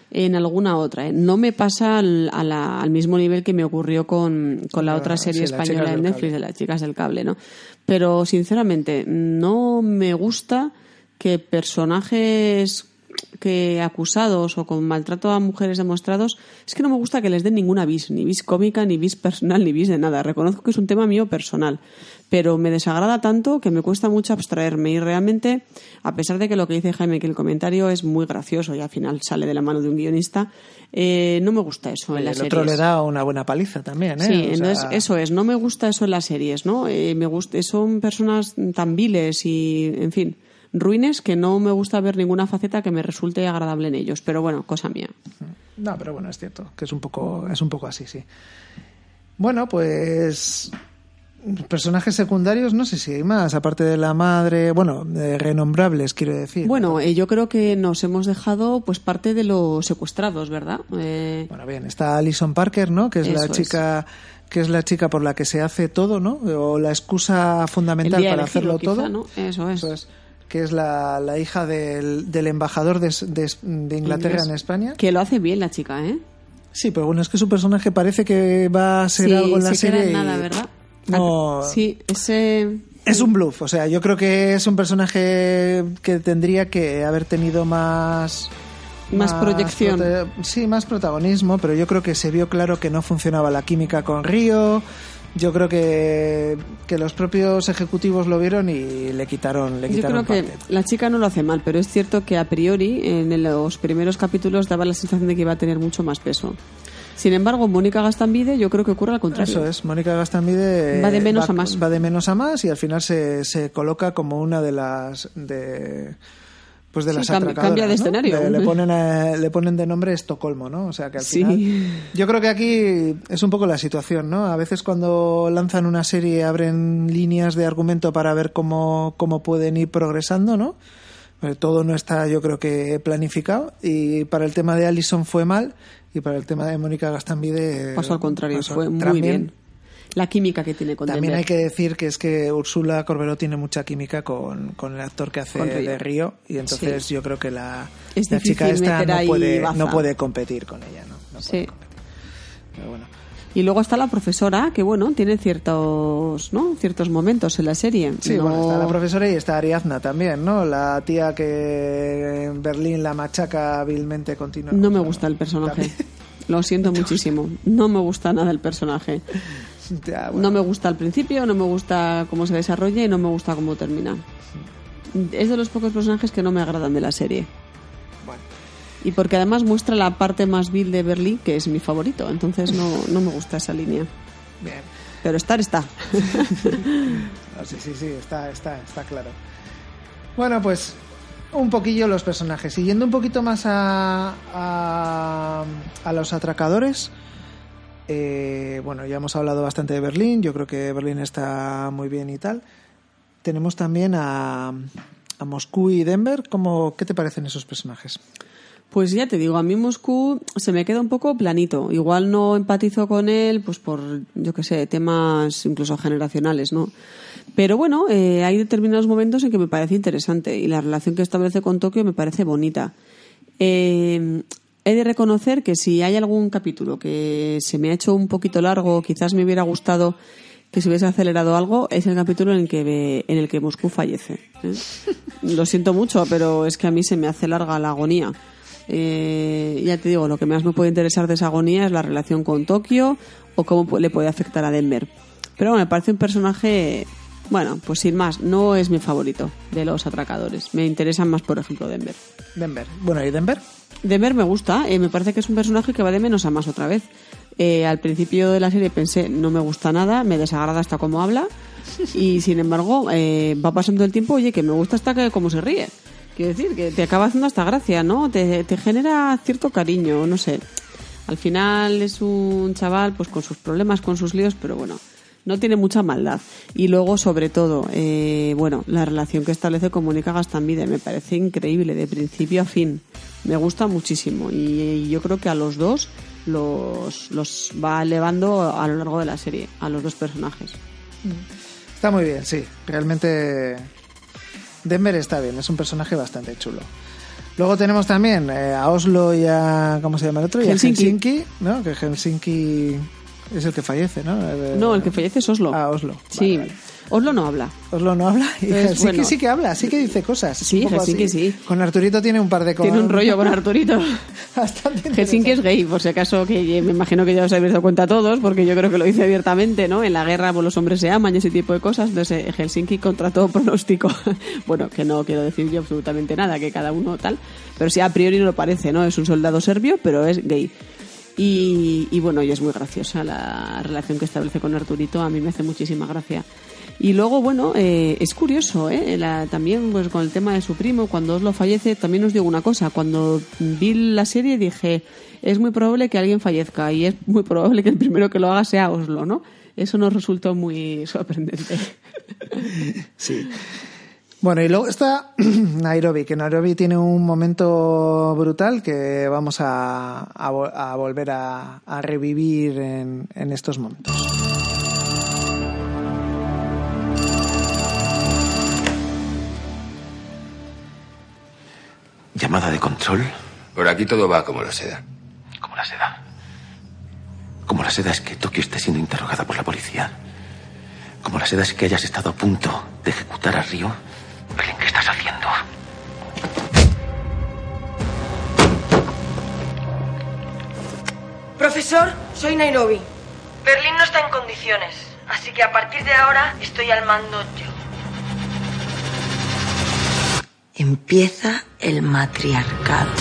en alguna otra. No me pasa al mismo nivel que me ocurrió con la otra serie española en Netflix, de las chicas del cable, ¿no? Pero sinceramente no me gusta que personajes que acusados o con maltrato a mujeres demostrados, es que no me gusta que les den ninguna vis, ni vis cómica, ni vis personal, ni vis de nada. Reconozco que es un tema mío personal, pero me desagrada tanto que me cuesta mucho abstraerme, y realmente, a pesar de que lo que dice Jaime, que el comentario es muy gracioso y al final sale de la mano de un guionista, no me gusta eso en las series. El otro le da una buena paliza también, ¿eh? Sí, entonces eso es, no me gusta eso en las series, ¿no? Son personas tan viles y, en fin, ruines, que no me gusta ver ninguna faceta que me resulte agradable en ellos, pero bueno, cosa mía. No, pero bueno, es cierto que es un poco así, sí. Bueno, pues personajes secundarios, no sé si hay más, aparte de la madre, bueno, renombrables, quiero decir. Bueno, yo creo que nos hemos dejado pues parte de los secuestrados, ¿verdad? Bueno, bien, está Alison Parker, ¿no? Que es la chica... que es la chica por la que se hace todo, ¿no? O la excusa fundamental para hacerlo quizá, todo. ¿no? Eso es. Que es la hija del embajador de Inglaterra en España. Que lo hace bien la chica, ¿eh? Sí, pero bueno, es que su personaje parece que va a ser algo en la serie. Queda en nada, ¿verdad? No, sí, es un bluff. O sea, yo creo que es un personaje que tendría que haber tenido más proyección. Sí, más protagonismo, pero yo creo que se vio claro que no funcionaba la química con Río. Yo creo que los propios ejecutivos lo vieron y le quitaron Yo creo parte. Que la chica no lo hace mal, pero es cierto que a priori en los primeros capítulos daba la sensación de que iba a tener mucho más peso. Sin embargo, Mónica Gastambide yo creo que ocurre al contrario. Eso es, Mónica Gastambide va de menos a más. Va de menos a más y al final se coloca como una de las... Pues de las atracadoras, cambia de escenario. Le ponen de nombre Estocolmo, ¿no? O sea que al final... Yo creo que aquí es un poco la situación, ¿no? A veces cuando lanzan una serie abren líneas de argumento para ver cómo pueden ir progresando, ¿no? Pues todo no está, yo creo que, planificado, y para el tema de Alison fue mal, y para el tema de Mónica Gastambide... Pasó al contrario, fue muy bien. La química que tiene con También Denver. hay que decir que es que Úrsula Corberó tiene mucha química con el actor que hace de Río, y entonces yo creo que la chica esta no puede competir con ella, ¿no? Sí. Pero bueno. Y luego está la profesora, que bueno, tiene ciertos momentos en la serie. Sí, bueno, está la profesora y está Ariadna también, ¿no? La tía que en Berlín la machaca hábilmente continuamente. No me gusta el personaje. Lo siento muchísimo. No me gusta nada el personaje. Ya, bueno. No me gusta al principio, no me gusta cómo se desarrolla y no me gusta cómo termina. Es de los pocos personajes que no me agradan de la serie. Bueno. Y porque además muestra la parte más vil de Berlín, que es mi favorito. Entonces no me gusta esa línea. Bien. Pero está. No, sí, está claro. Bueno, pues un poquillo los personajes. Siguiendo un poquito más a los atracadores... bueno, ya hemos hablado bastante de Berlín. Yo creo que Berlín está muy bien y tal. Tenemos también a Moscú y Denver. ¿Qué te parecen esos personajes? Pues ya te digo, a mí Moscú se me queda un poco planito. Igual no empatizo con él, pues por, yo qué sé, temas incluso generacionales, ¿no? Pero bueno, hay determinados momentos en que me parece interesante y la relación que establece con Tokio me parece bonita. He de reconocer que si hay algún capítulo que se me ha hecho un poquito largo, quizás me hubiera gustado que se hubiese acelerado algo, es el capítulo en el que Moscú fallece. Lo siento mucho, pero es que a mí se me hace larga la agonía. Ya te digo, lo que más me puede interesar de esa agonía es la relación con Tokio o cómo le puede afectar a Denver. Pero bueno, me parece un personaje, bueno, pues sin más, no es mi favorito de los atracadores. Me interesan más, por ejemplo, Denver. Bueno, ¿y Denver? Denver me gusta, me parece que es un personaje que va de menos a más otra vez. Al principio de la serie pensé, no me gusta nada, me desagrada hasta cómo habla, y sin embargo va pasando el tiempo, oye, que me gusta hasta cómo se ríe. Quiero decir, que te acaba haciendo hasta gracia, ¿no? Te genera cierto cariño, no sé. Al final es un chaval pues con sus problemas, con sus líos, pero bueno, no tiene mucha maldad. Y luego, sobre todo, bueno, la relación que establece con Mónica Gastambide me parece increíble, de principio a fin. Me gusta muchísimo y yo creo que a los dos los va elevando a lo largo de la serie, a los dos personajes. Está muy bien, sí. Realmente Denver está bien, es un personaje bastante chulo. Luego tenemos también a Oslo y a... ¿Cómo se llama el otro? Y a Helsinki, ¿no? Que Helsinki es el que fallece, ¿no? No, el que fallece es Oslo. Ah, Oslo. Sí. Vale. Oslo no habla. Oslo no habla y Helsinki bueno. sí que habla, sí que dice cosas. Es Sí, un poco Helsinki así. sí. Con Arturito tiene un par de cosas. Tiene un rollo con Arturito. Bastante Helsinki es gay, por si acaso, que me imagino que ya os habéis dado cuenta todos, porque yo creo que lo dice abiertamente, ¿no? En la guerra pues, los hombres se aman y ese tipo de cosas. Entonces, Helsinki contra todo pronóstico. Bueno, que no quiero decir yo absolutamente nada, que cada uno tal. Pero sí, a priori no lo parece, ¿no? Es un soldado serbio, pero es gay. Y bueno, y es muy graciosa la relación que establece con Arturito. A mí me hace muchísima gracia. Y luego, bueno, es curioso, también pues con el tema de su primo, cuando Oslo fallece, también os digo una cosa, cuando vi la serie dije, es muy probable que alguien fallezca y es muy probable que el primero que lo haga sea Oslo, ¿no? Eso nos resultó muy sorprendente. Sí. Bueno, y luego está Nairobi, que Nairobi tiene un momento brutal que vamos a volver a revivir en estos momentos. ¿Llamada de control? Por aquí todo va como la seda. Como la seda. Como la seda es que Tokio esté siendo interrogada por la policía. Como la seda es que hayas estado a punto de ejecutar a Ryo. Berlín, ¿qué estás haciendo? Profesor, soy Nairobi. Berlín no está en condiciones, así que a partir de ahora estoy al mando yo. Empieza el matriarcado.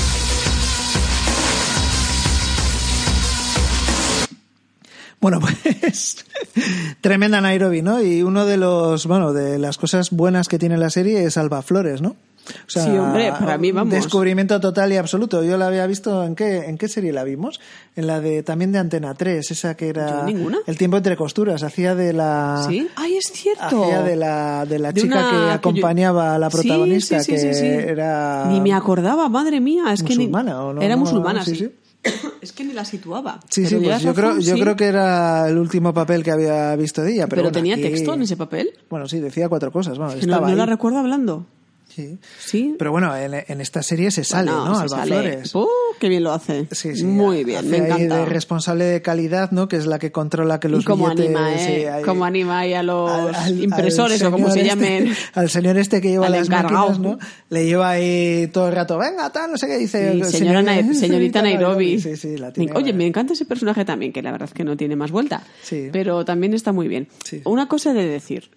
Bueno, pues tremenda Nairobi, ¿no? Y uno de de las cosas buenas que tiene la serie es Alba Flores, ¿no? O sea, sí, hombre, para mí, vamos. Descubrimiento total y absoluto. Yo la había visto, ¿en qué serie la vimos? En la también de Antena 3, esa que era... ¿Yo ninguna? El tiempo entre costuras, hacía de la... ¿Sí? ¡Ay, es cierto! Hacía de la chica que acompañaba a la protagonista, sí, que era... Ni me acordaba, madre mía. Es musulmana, que ¿o no? Era musulmana, sí. sí. Es que ni la situaba. Sí, pero pues yo creo que era el último papel que había visto de ella. Pero bueno, tenía aquí... texto en ese papel. Bueno, sí, decía 4 cosas. Bueno, que estaba no la ahí. recuerdo hablando. Sí. Pero bueno, en esta serie se sale, ¿no? Se Alba sale. Flores. Qué bien lo hace. Sí, Muy bien, hace me ahí encanta. de responsable de calidad, ¿no? Que es la que controla que los y cómo billetes... anima, ahí, cómo anima ahí a los impresores al o como se señor llamen. Al señor que lleva al las encargado. máquinas, ¿no? Le lleva ahí todo el rato, venga, tal, no sé qué dice. Sí, señorita Nairobi. Sí, la tiene. Oye, me encanta ese personaje también, que la verdad es que no tiene más vuelta. Sí. Pero también está muy bien. Sí. Una cosa de decir,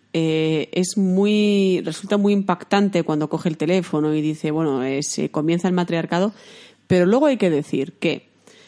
resulta muy impactante cuando coge el teléfono y dice, bueno, se comienza el matriarcado, pero luego hay que decir que,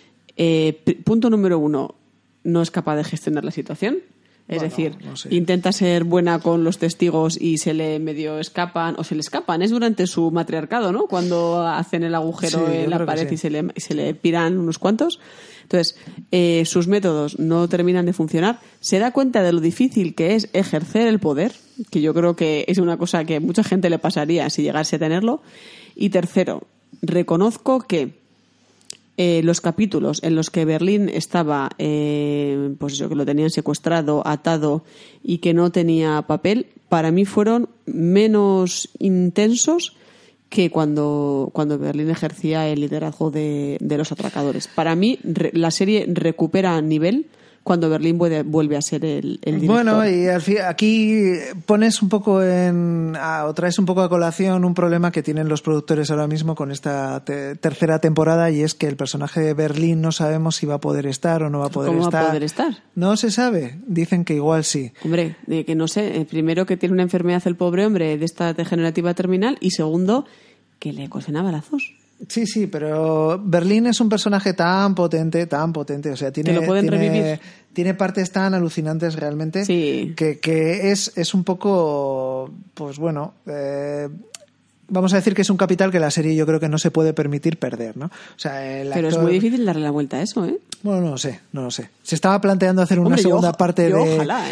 punto número 1, no es capaz de gestionar la situación. Es decir, no sé. intenta ser buena con los testigos y se le escapan. Es durante su matriarcado, ¿no? Cuando hacen el agujero en la pared y se le piran unos cuantos. Entonces, sus métodos no terminan de funcionar. Se da cuenta de lo difícil que es ejercer el poder, que yo creo que es una cosa que mucha gente le pasaría si llegase a tenerlo. Y tercero, reconozco que los capítulos en los que Berlín estaba, pues eso, que lo tenían secuestrado, atado y que no tenía papel, para mí fueron menos intensos que cuando Berlín ejercía el liderazgo de los atracadores. Para mí, la serie recupera nivel cuando Berlín vuelve a ser el director. Bueno, y aquí pones un poco o traes un poco a colación un problema que tienen los productores ahora mismo con esta tercera temporada, y es que el personaje de Berlín no sabemos si va a poder estar o no va a poder estar. ¿Cómo va a poder estar? No se sabe. Dicen que igual sí. Hombre, que no sé. Primero, que tiene una enfermedad el pobre hombre de esta degenerativa terminal, y segundo, que le cosen a balazos. Sí, pero Berlín es un personaje tan potente, o sea, ¿Que lo pueden revivir? Tiene partes tan alucinantes realmente, sí, que es un poco, pues bueno, vamos a decir que es un capital que la serie yo creo que no se puede permitir perder, ¿no? O sea, pero es muy difícil darle la vuelta a eso, ¿eh? Bueno, no lo sé. Se estaba planteando hacer una segunda parte ojalá,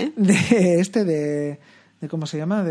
de ¿cómo se llama?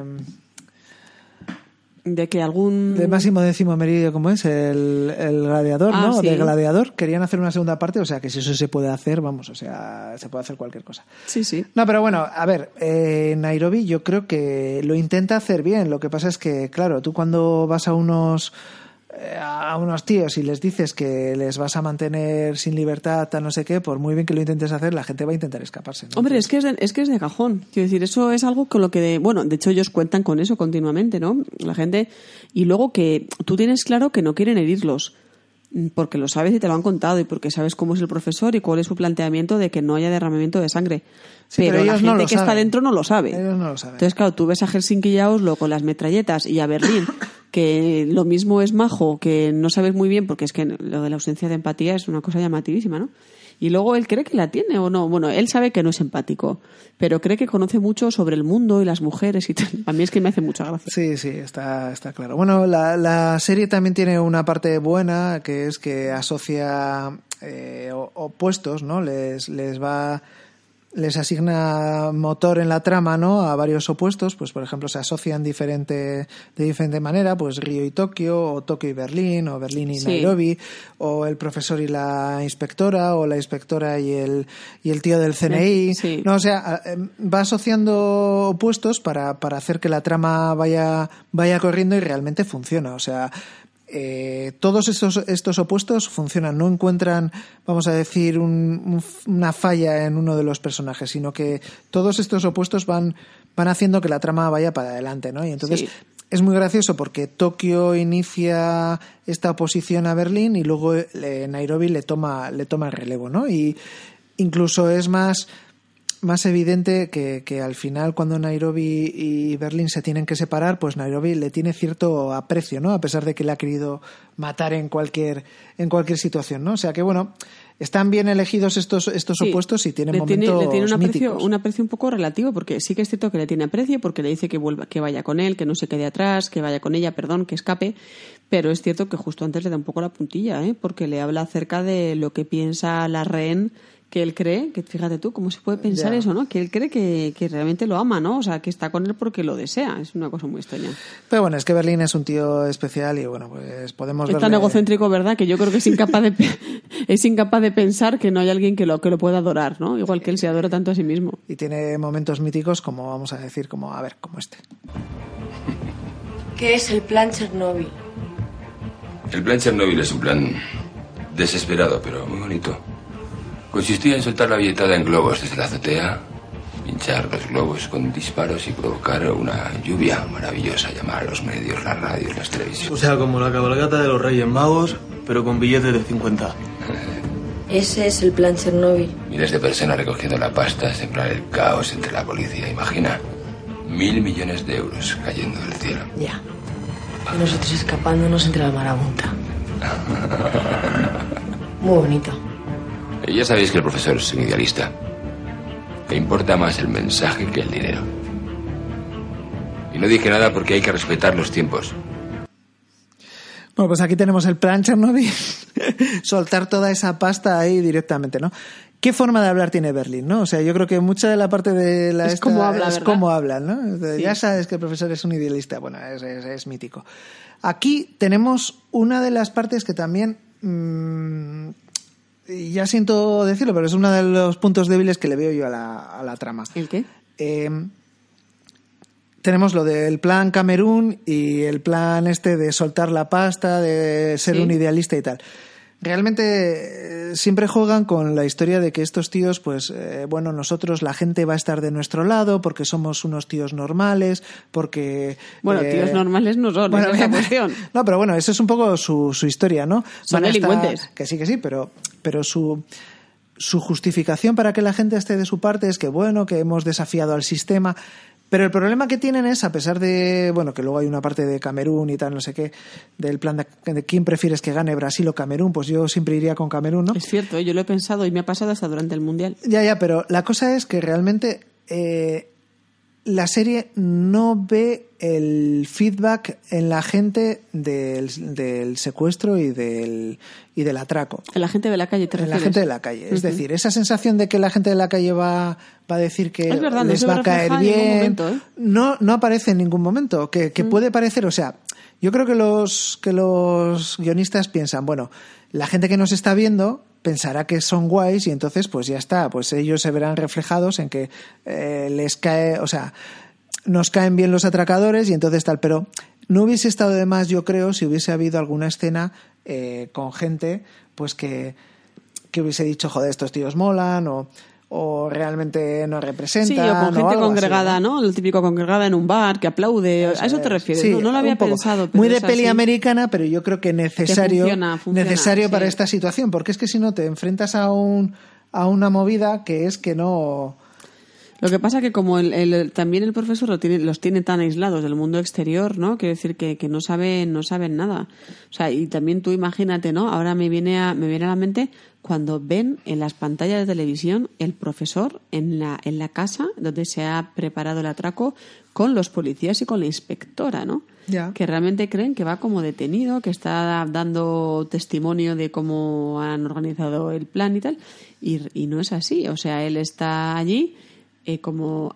De que de Máximo Décimo Meridio, ¿cómo es? El Gladiador, ¿no? Sí. De Gladiador. Querían hacer una segunda parte, o sea que si eso se puede hacer, vamos, o sea, se puede hacer cualquier cosa. Sí. No, pero bueno, a ver, Nairobi yo creo que lo intenta hacer bien. Lo que pasa es que, claro, tú cuando vas a unos a unos tíos y les dices que les vas a mantener sin libertad, tal no sé qué, por muy bien que lo intentes hacer, la gente va a intentar escaparse, ¿no? Hombre, es que es de cajón. Quiero decir, eso es algo con lo que... Bueno, de hecho ellos cuentan con eso continuamente, ¿no? La gente... Y luego que tú tienes claro que no quieren herirlos, porque lo sabes y te lo han contado y porque sabes cómo es el profesor y cuál es su planteamiento de que no haya derramamiento de sangre. Sí, pero la ellos gente no lo que está saben. dentro no lo sabe. Ellos no lo saben. Entonces, claro, tú ves a Helsinki y a Oslo con las metralletas y a Berlín, que lo mismo es majo, que no sabes muy bien, porque es que lo de la ausencia de empatía es una cosa llamativísima, ¿no? Y luego él cree que la tiene o no. Bueno, él sabe que no es empático, pero cree que conoce mucho sobre el mundo y las mujeres y tal. A mí es que me hace mucha gracia. Sí, está claro. Bueno, la serie también tiene una parte buena, que es que asocia opuestos, ¿no? Les asigna motor en la trama, ¿no? A varios opuestos, pues por ejemplo se asocian de diferente manera, pues Río y Tokio, o Tokio y Berlín, o Berlín y Nairobi, o el profesor y la inspectora, o la inspectora y el tío del CNI. Sí. No, o sea, va asociando opuestos para hacer que la trama vaya corriendo y realmente funciona. O sea, todos estos opuestos funcionan, no encuentran, vamos a decir, una falla en uno de los personajes, sino que todos estos opuestos van haciendo que la trama vaya para adelante, ¿no? Y entonces es muy gracioso porque Tokio inicia esta oposición a Berlín y luego Nairobi le toma el relevo, ¿no? Y incluso es más evidente que al final, cuando Nairobi y Berlín se tienen que separar, pues Nairobi le tiene cierto aprecio, ¿no? A pesar de que le ha querido matar en cualquier situación, ¿no? O sea que, bueno, están bien elegidos estos opuestos y tienen momentos le tiene míticos. un aprecio un poco relativo, porque sí que es cierto que le tiene aprecio, porque le dice que vaya con él, que no se quede atrás, que vaya con ella, que escape, pero es cierto que justo antes le da un poco la puntilla, porque le habla acerca de lo que piensa la rehén, que él cree, que fíjate tú, cómo se puede pensar eso, ¿no? Que él cree que realmente lo ama, ¿no? O sea, que está con él porque lo desea. Es una cosa muy extraña. Pero bueno, es que Berlín es un tío especial y bueno, pues podemos Es tan egocéntrico, ¿verdad? Que yo creo que es incapaz de pensar que no hay alguien que lo pueda adorar, ¿no? Igual que él se adora tanto a sí mismo. Y tiene momentos míticos como, vamos a decir, como este. ¿Qué es el plan Chernobyl? El plan Chernobyl es un plan desesperado, pero muy bonito. Consistía en soltar la billetada en globos desde la azotea, pinchar los globos con disparos y provocar una lluvia maravillosa, llamar a los medios, las radios, las televisiones. O sea, como la cabalgata de los Reyes Magos, pero con billetes de 50. Ese es el plan Chernobyl. Miles de personas recogiendo la pasta, sembrar el caos entre la policía. Imagina, 1.000 millones de euros cayendo del cielo. Ya. Y nosotros escapándonos entre la marabunta. Muy bonito. Ya sabéis que el profesor es un idealista. Le importa más el mensaje que el dinero. Y no dije nada porque hay que respetar los tiempos. Bueno, pues aquí tenemos el plan Chernobyl. Soltar toda esa pasta ahí directamente, ¿no? ¿Qué forma de hablar tiene Berlín, no? O sea, yo creo que mucha de la parte de la... Es cómo habla, es ¿verdad? cómo hablan, ¿no? Sí. Ya sabes que el profesor es un idealista. Bueno, es mítico. Aquí tenemos una de las partes que también... ya siento decirlo, pero es uno de los puntos débiles que le veo yo a la trama. ¿El qué? Tenemos lo del plan Camerún y el plan de soltar la pasta, de ser un idealista y tal. Realmente siempre juegan con la historia de que estos tíos, pues, bueno, nosotros, la gente va a estar de nuestro lado porque somos unos tíos normales, porque... Bueno, tíos normales no son, esa es la cuestión. No, pero bueno, esa es un poco su historia, ¿no? Son delincuentes. Que sí, pero su justificación para que la gente esté de su parte es que, bueno, que hemos desafiado al sistema... Pero el problema que tienen es, a pesar de, bueno, que luego hay una parte de Camerún y tal, no sé qué, del plan de quién prefieres que gane, Brasil o Camerún, pues yo siempre iría con Camerún, ¿no? Es cierto, yo lo he pensado y me ha pasado hasta durante el Mundial. Ya, pero la cosa es que realmente la serie no ve el feedback en la gente del secuestro y del atraco. En la gente de la calle, ¿te refieres? En la gente de la calle. Es decir, esa sensación de que la gente de la calle va a decir que es verdad, les no va a caer bien, momento, ¿eh? no aparece en ningún momento. Que puede parecer, o sea, yo creo que los guionistas piensan, bueno, la gente que nos está viendo pensará que son guays y entonces pues ya está, pues ellos se verán reflejados en que les cae, o sea, nos caen bien los atracadores y entonces tal, pero no hubiese estado de más, yo creo, si hubiese habido alguna escena con gente pues que hubiese dicho, joder, estos tíos molan, o realmente no representan. Sí, o con gente algo congregada, así, ¿no? El típico congregada en un bar que aplaude. A eso te refieres, sí, ¿no? No lo había un poco. pensado. Pero Muy de es peli así. americana, pero yo creo que necesario, necesario sí. para esta situación, porque es que si no te enfrentas a una movida que es que no... Lo que pasa que como también el profesor los tiene tan aislados del mundo exterior, ¿no? Quiero decir que no saben nada. O sea, y también tú imagínate, ¿no? Ahora me viene a la mente cuando ven en las pantallas de televisión el profesor en la casa donde se ha preparado el atraco con los policías y con la inspectora, ¿no? Ya. Que realmente creen que va como detenido, que está dando testimonio de cómo han organizado el plan y tal, y no es así. O sea, él está allí como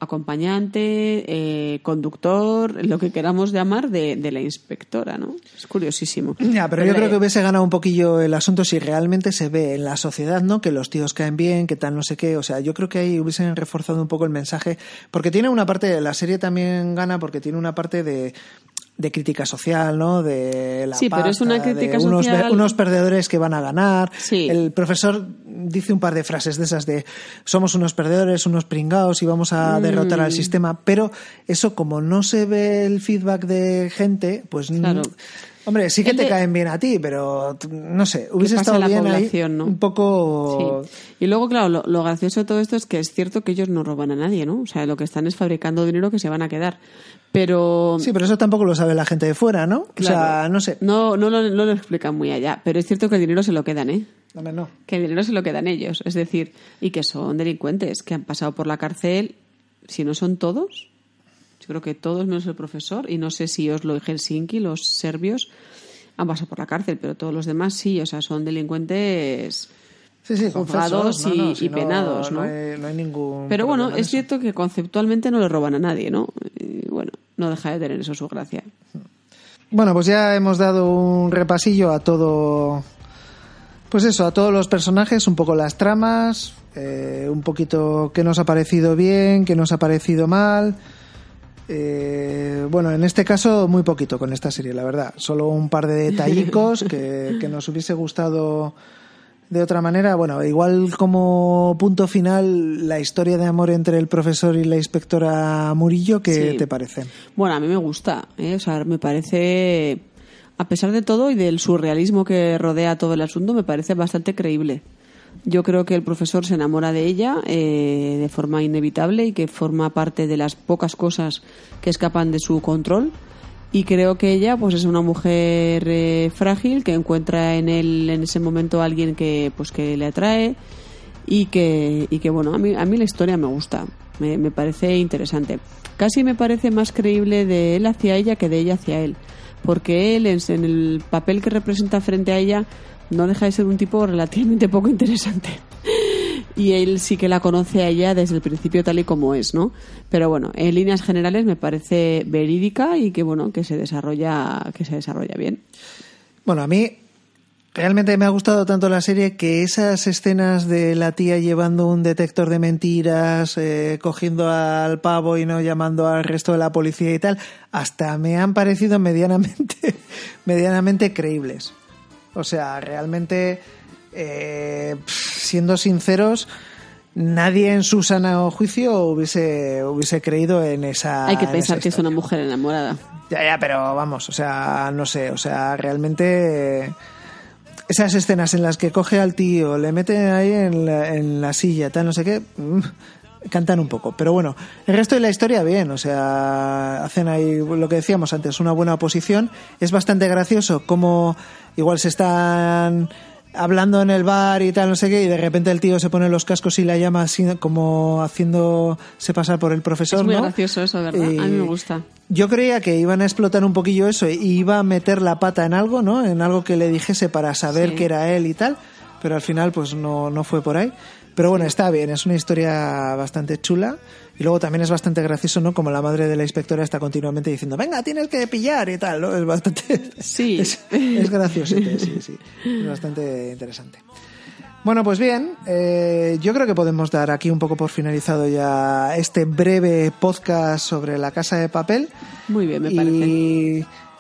acompañante, conductor, lo que queramos llamar de la inspectora, ¿no? Es curiosísimo. Ya, pero yo creo que hubiese ganado un poquillo el asunto si realmente se ve en la sociedad, ¿no? Que los tíos caen bien, que tal no sé qué. O sea, yo creo que ahí hubiesen reforzado un poco el mensaje, porque tiene una parte, la serie también gana porque tiene una parte de crítica social, ¿no? De la sí, pasta, pero es una crítica de social. unos perdedores que van a ganar. Sí. El profesor dice un par de frases de esas de somos unos perdedores, unos pringados y vamos a derrotar al sistema, pero eso como no se ve el feedback de gente, pues claro. Hombre, sí que te caen bien a ti, pero no sé, hubiese pasa estado la bien ahí población, ¿no? un poco... Sí. Y luego, claro, lo gracioso de todo esto es que es cierto que ellos no roban a nadie, ¿no? O sea, lo que están es fabricando dinero que se van a quedar. Pero... Sí, pero eso tampoco lo sabe la gente de fuera, ¿no? Claro. O sea, no sé. No lo explican muy allá, pero es cierto que el dinero se lo quedan, ¿eh? No. Que el dinero se lo quedan ellos, es decir, y que son delincuentes, que han pasado por la cárcel, si no son todos, yo creo que todos menos el profesor, y no sé si Oslo y Helsinki, los serbios, han pasado por la cárcel, pero todos los demás sí, o sea, son delincuentes juzgados y penados, ¿no? No hay ningún... Pero bueno, problema en es eso. cierto que conceptualmente no le roban a nadie, ¿no? Y bueno, no deja de tener eso su gracia. Bueno, pues ya hemos dado un repasillo a todo... Pues eso, a todos los personajes, un poco las tramas, un poquito qué nos ha parecido bien, qué nos ha parecido mal... bueno, en este caso muy poquito con esta serie, la verdad. Solo un par de detallicos que nos hubiese gustado de otra manera. Bueno, igual como punto final, la historia de amor entre el profesor y la inspectora Murillo, ¿qué Sí. te parece? Bueno, a mí me gusta, ¿eh? O sea, me parece, a pesar de todo y del surrealismo que rodea todo el asunto, me parece bastante creíble. Yo creo que el profesor se enamora de ella de forma inevitable y que forma parte de las pocas cosas que escapan de su control. Y creo que ella pues es una mujer frágil que encuentra en ese momento a alguien que le atrae y que bueno, a mí la historia me gusta, me parece interesante. Casi me parece más creíble de él hacia ella que de ella hacia él, porque él en el papel que representa frente a ella no deja de ser un tipo relativamente poco interesante. Y él sí que la conoce a ella desde el principio tal y como es, ¿no? Pero bueno, en líneas generales me parece verídica y que bueno, que se desarrolla bien. Bueno, a mí realmente me ha gustado tanto la serie que esas escenas de la tía llevando un detector de mentiras, cogiendo al pavo y no llamando al resto de la policía y tal, hasta me han parecido medianamente creíbles. O sea, realmente, siendo sinceros, nadie en su sano juicio hubiese creído en esa... Hay que pensar que es una mujer enamorada. Ya, pero vamos, o sea, no sé, o sea, realmente esas escenas en las que coge al tío, le mete ahí en la silla, tal, no sé qué, cantan un poco. Pero bueno, el resto de la historia bien, o sea, hacen ahí lo que decíamos antes, una buena oposición. Es bastante gracioso como igual se están hablando en el bar y tal, no sé qué, y de repente el tío se pone los cascos y la llama así como haciéndose pasar por el profesor, es muy ¿no? gracioso eso, ¿verdad? A mí me gusta. Yo creía que iban a explotar un poquillo eso y iba a meter la pata en algo, ¿no? En algo que le dijese para saber Sí. que era él y tal, pero al final pues no fue por ahí. Pero bueno, está bien, es una historia bastante chula y luego también es bastante gracioso, ¿no? Como la madre de la inspectora está continuamente diciendo, venga, tienes que pillar y tal, ¿no? Es bastante... Sí. Es gracioso, sí. Es bastante interesante. Bueno, pues bien, yo creo que podemos dar aquí un poco por finalizado ya este breve podcast sobre La Casa de Papel. Muy bien, me parece.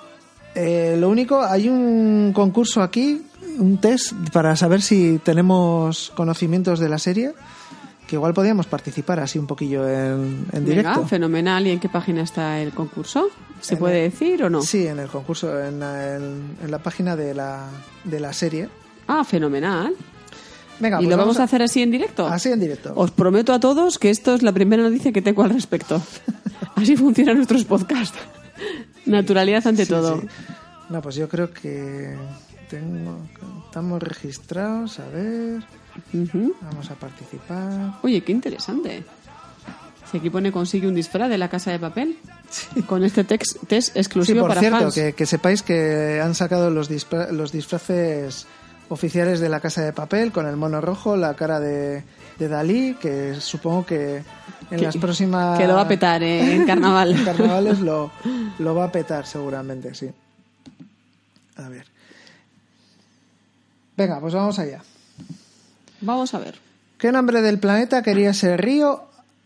Lo único, hay un concurso aquí, un test para saber si tenemos conocimientos de la serie, que igual podríamos participar así un poquillo en directo. Venga, fenomenal. ¿Y en qué página está el concurso? ¿Se puede decir o no? Sí, en el concurso, en la página de la serie. Ah, fenomenal. Venga, ¿Y pues lo vamos a hacer así en directo? Así en directo. Os prometo a todos que esto es la primera noticia que tengo al respecto. Así funcionan nuestros podcasts. Naturalidad ante todo. Sí. No, pues yo creo que estamos registrados, a ver. Vamos a participar. Oye, qué interesante. Si aquí pone consigue un disfraz de La Casa de Papel, con este test exclusivo para fans. Por cierto, que sepáis que han sacado los disfraces oficiales de La Casa de Papel, con el mono rojo, la cara de Dalí, que supongo que en las próximas... Que lo va a petar en carnaval. En carnavales lo va a petar seguramente, sí. A ver. Venga, pues vamos allá. Vamos a ver. ¿Qué nombre de planeta quería ser Río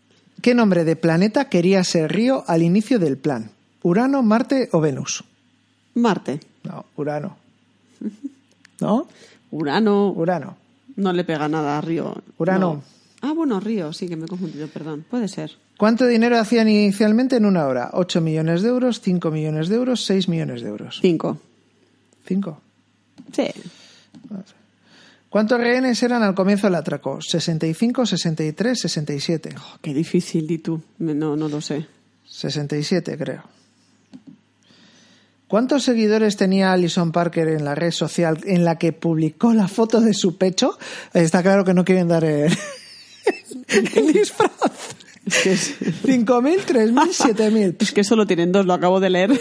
al inicio del plan? ¿Urano, Marte o Venus? Marte. No, Urano. ¿No? Urano. No le pega nada a Río. Urano. No. Ah, bueno, Río, sí que me he confundido, perdón. Puede ser. ¿Cuánto dinero hacían inicialmente en una hora? 8 millones de euros, 5 millones de euros, 6 millones de euros. 5. ¿5? Sí. ¿Cuántos rehenes eran al comienzo del atraco? 65, 63, 67. Oh, qué difícil, di tú. No lo sé. 67, creo. ¿Cuántos seguidores tenía Alison Parker en la red social en la que publicó la foto de su pecho? Está claro que no quieren dar el disfraz. Es 5.000, 3.000, 7.000. Es que solo tienen 2, lo acabo de leer.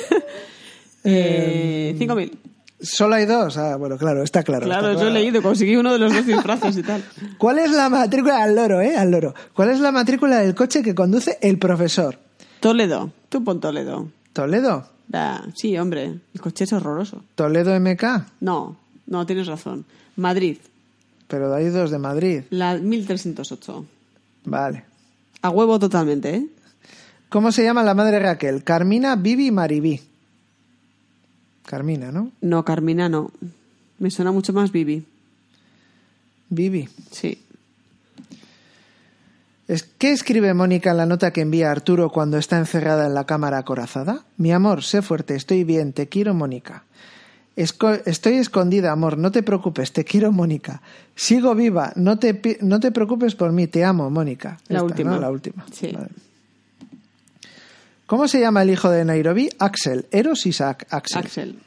5.000. Solo hay 2. Ah, bueno, claro, está claro. Claro, está yo he claro. leído, conseguí uno de los 2 disfraces y tal. ¿Cuál es la matrícula al loro, al loro? ¿Cuál es la matrícula del coche que conduce el profesor? Toledo. Tú pon Toledo. ¿Toledo? Sí, hombre, el coche es horroroso. ¿Toledo MK? No, tienes razón. Madrid. Pero hay 2 de Madrid. La 1308. Vale. A huevo totalmente, ¿eh? ¿Cómo se llama la madre de Raquel? Carmina, Vivi, Maribí. Carmina, ¿no? No, Carmina no. Me suena mucho más Vivi. Vivi. Sí. ¿Qué escribe Mónica en la nota que envía a Arturo cuando está encerrada en la cámara acorazada? Mi amor, sé fuerte, estoy bien, te quiero, Mónica. Estoy escondida, amor, no te preocupes, te quiero, Mónica. Sigo viva, no te preocupes por mí, te amo, Mónica. La última. ¿No? La última. Sí. Vale. ¿Cómo se llama el hijo de Nairobi? Axel. Eros Isaac. Axel.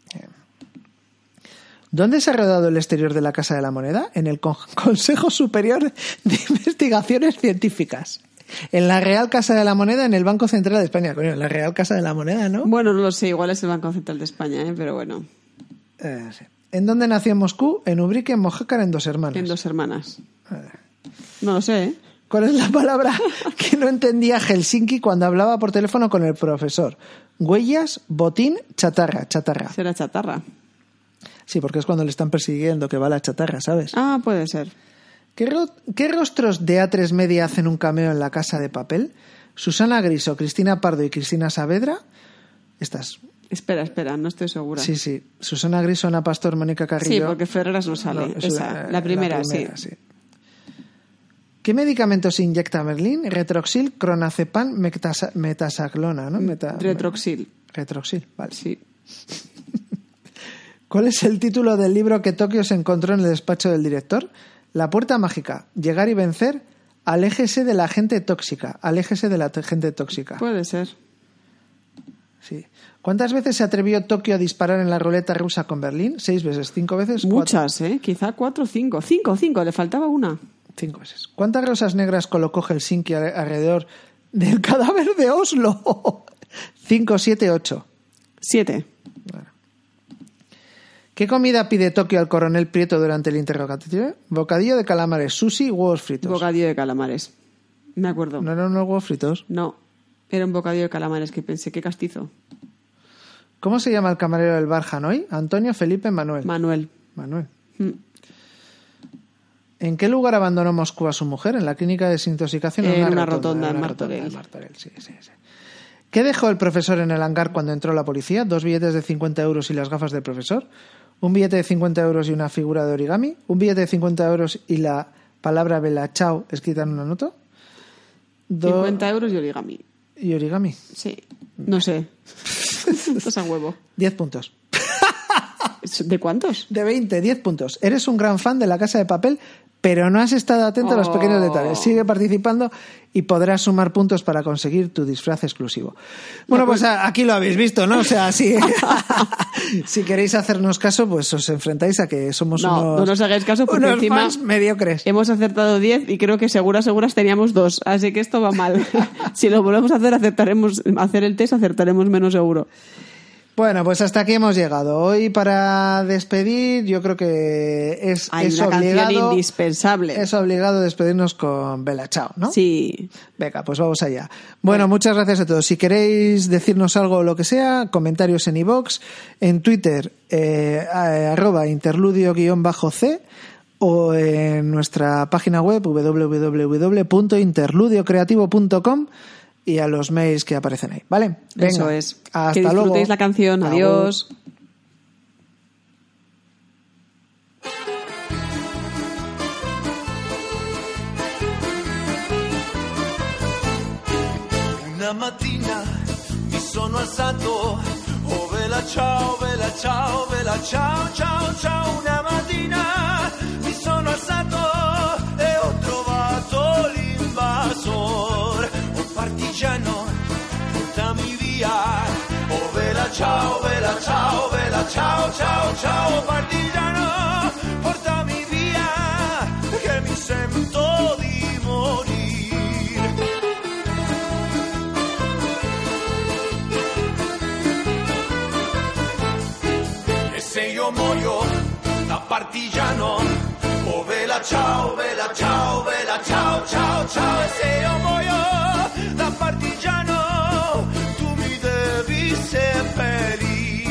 ¿Dónde se ha rodado el exterior de la Casa de la Moneda? En el Consejo Superior de Investigaciones Científicas. En la Real Casa de la Moneda, en el Banco Central de España. Coño, en la Real Casa de la Moneda, ¿no? Bueno, no lo sé, igual es el Banco Central de España, pero bueno. Sí. ¿En dónde nació en Moscú? En Ubrique, en Mojácar, en Dos Hermanas. En Dos Hermanas. No lo sé, ¿eh? ¿Cuál es la palabra que no entendía Helsinki cuando hablaba por teléfono con el profesor? Huellas, botín, chatarra. Será chatarra. Sí, porque es cuando le están persiguiendo que va la chatarra, ¿sabes? Ah, puede ser. ¿Qué rostros de A3 Media hacen un cameo en La Casa de Papel? ¿Susana Griso, Cristina Pardo y Cristina Saavedra? Estas. Espera, no estoy segura. Sí. Susana Griso, Ana Pastor, Mónica Carrillo. Sí, porque Ferreras no sale. No, esa, la primera, sí. ¿Qué medicamento se inyecta a Merlín? Retroxil, clonazepam, metasaglona, ¿no? Retroxil. Retroxil, vale. Sí. ¿Cuál es el título del libro que Tokio se encontró en el despacho del director? La puerta mágica. Llegar y vencer. Aléjese de la gente tóxica. Aléjese de la gente tóxica. Puede ser. Sí. ¿Cuántas veces se atrevió Tokio a disparar en la ruleta rusa con Berlín? 6 veces, 5 veces, 4. Muchas, ¿eh? Quizá 4 o 5. 5, le faltaba una. 5 veces. ¿Cuántas rosas negras colocó Helsinki alrededor del cadáver de Oslo? 5, 7, 8. 7. Bueno. ¿Qué comida pide Tokio al coronel Prieto durante el interrogatorio? Bocadillo de calamares, sushi, huevos fritos. Bocadillo de calamares. Me acuerdo. ¿No eran unos huevos fritos? No, era un bocadillo de calamares que pensé, qué castizo. ¿Cómo se llama el camarero del bar Hanoi? Antonio, Felipe, Manuel. Manuel. ¿En qué lugar abandonó Moscú a su mujer? En la clínica de desintoxicación. En una rotonda en Martorell. Sí. ¿Qué dejó el profesor en el hangar cuando entró la policía? 2 billetes de 50 euros y las gafas del profesor. Un billete de 50 euros y una figura de origami. Un billete de 50 euros y la palabra Bella Ciao escrita en una nota. 50 euros y origami. ¿Y origami? Sí. No sé. Estás a huevo. 10 puntos. ¿De cuántos? De 20, 10 puntos. Eres un gran fan de La Casa de Papel, pero no has estado atento a los pequeños detalles. Sigue participando y podrás sumar puntos para conseguir tu disfraz exclusivo. Bueno, pues aquí lo habéis visto, ¿no? O sea, si queréis hacernos caso, pues os enfrentáis a que somos no nos hagáis caso porque unos encima fans mediocres. Hemos acertado 10 y creo que seguras teníamos 2. Así que esto va mal. Si lo volvemos a hacer, hacer el test, acertaremos menos seguro. Bueno, pues hasta aquí hemos llegado. Hoy, para despedir, yo creo que es una obligado, canción indispensable. Es obligado despedirnos con Bella Ciao, ¿no? Sí. Venga, pues vamos allá. Bueno, muchas gracias a todos. Si queréis decirnos algo o lo que sea, comentarios en iVoox, en Twitter, @interludio_c, o en nuestra página web www.interludiocreativo.com, y a los mails que aparecen ahí, ¿vale? Venga, eso es. Hasta que disfrutéis luego. La canción. Adiós. Una mattina mi sono alzato, oh Bella ciao, Bella ciao, Bella ciao, ciao, ciao. Una mattina mi sono alzato e ho trovato l'invasor, un partigiano, portami via. Oh Bella ciao, Bella ciao, Bella ciao, ciao, ciao. Partigiano, portami via, che mi sento di morire. E se io muoio da partigiano, oh Bella ciao, Bella ciao, Bella ciao, ciao, ciao. E se io muoio da partigiano, tu mi devi seppellir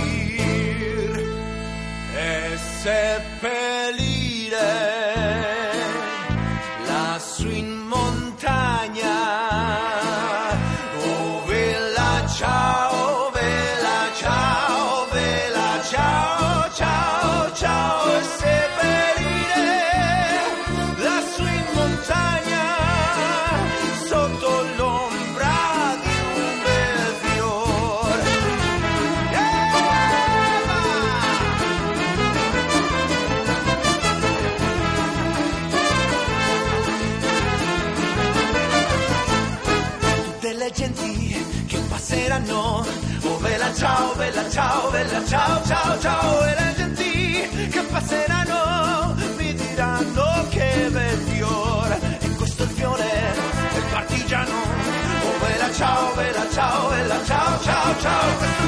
e seppellire lassù in montagna. Oh Bella ciao, Bella ciao, Bella ciao, ciao, ciao. E seppellire lassù in montagna, sotto l'ombra di un bel fiore. Tutte le genti che passeranno, oh Bella ciao, Bella ciao, Bella ciao, ciao, ciao. E le genti che passeranno mi diranno che bel fiore. E questo è il fiore del partigiano, oh Bella ciao, Bella ciao, Bella ciao, ciao, ciao. Questo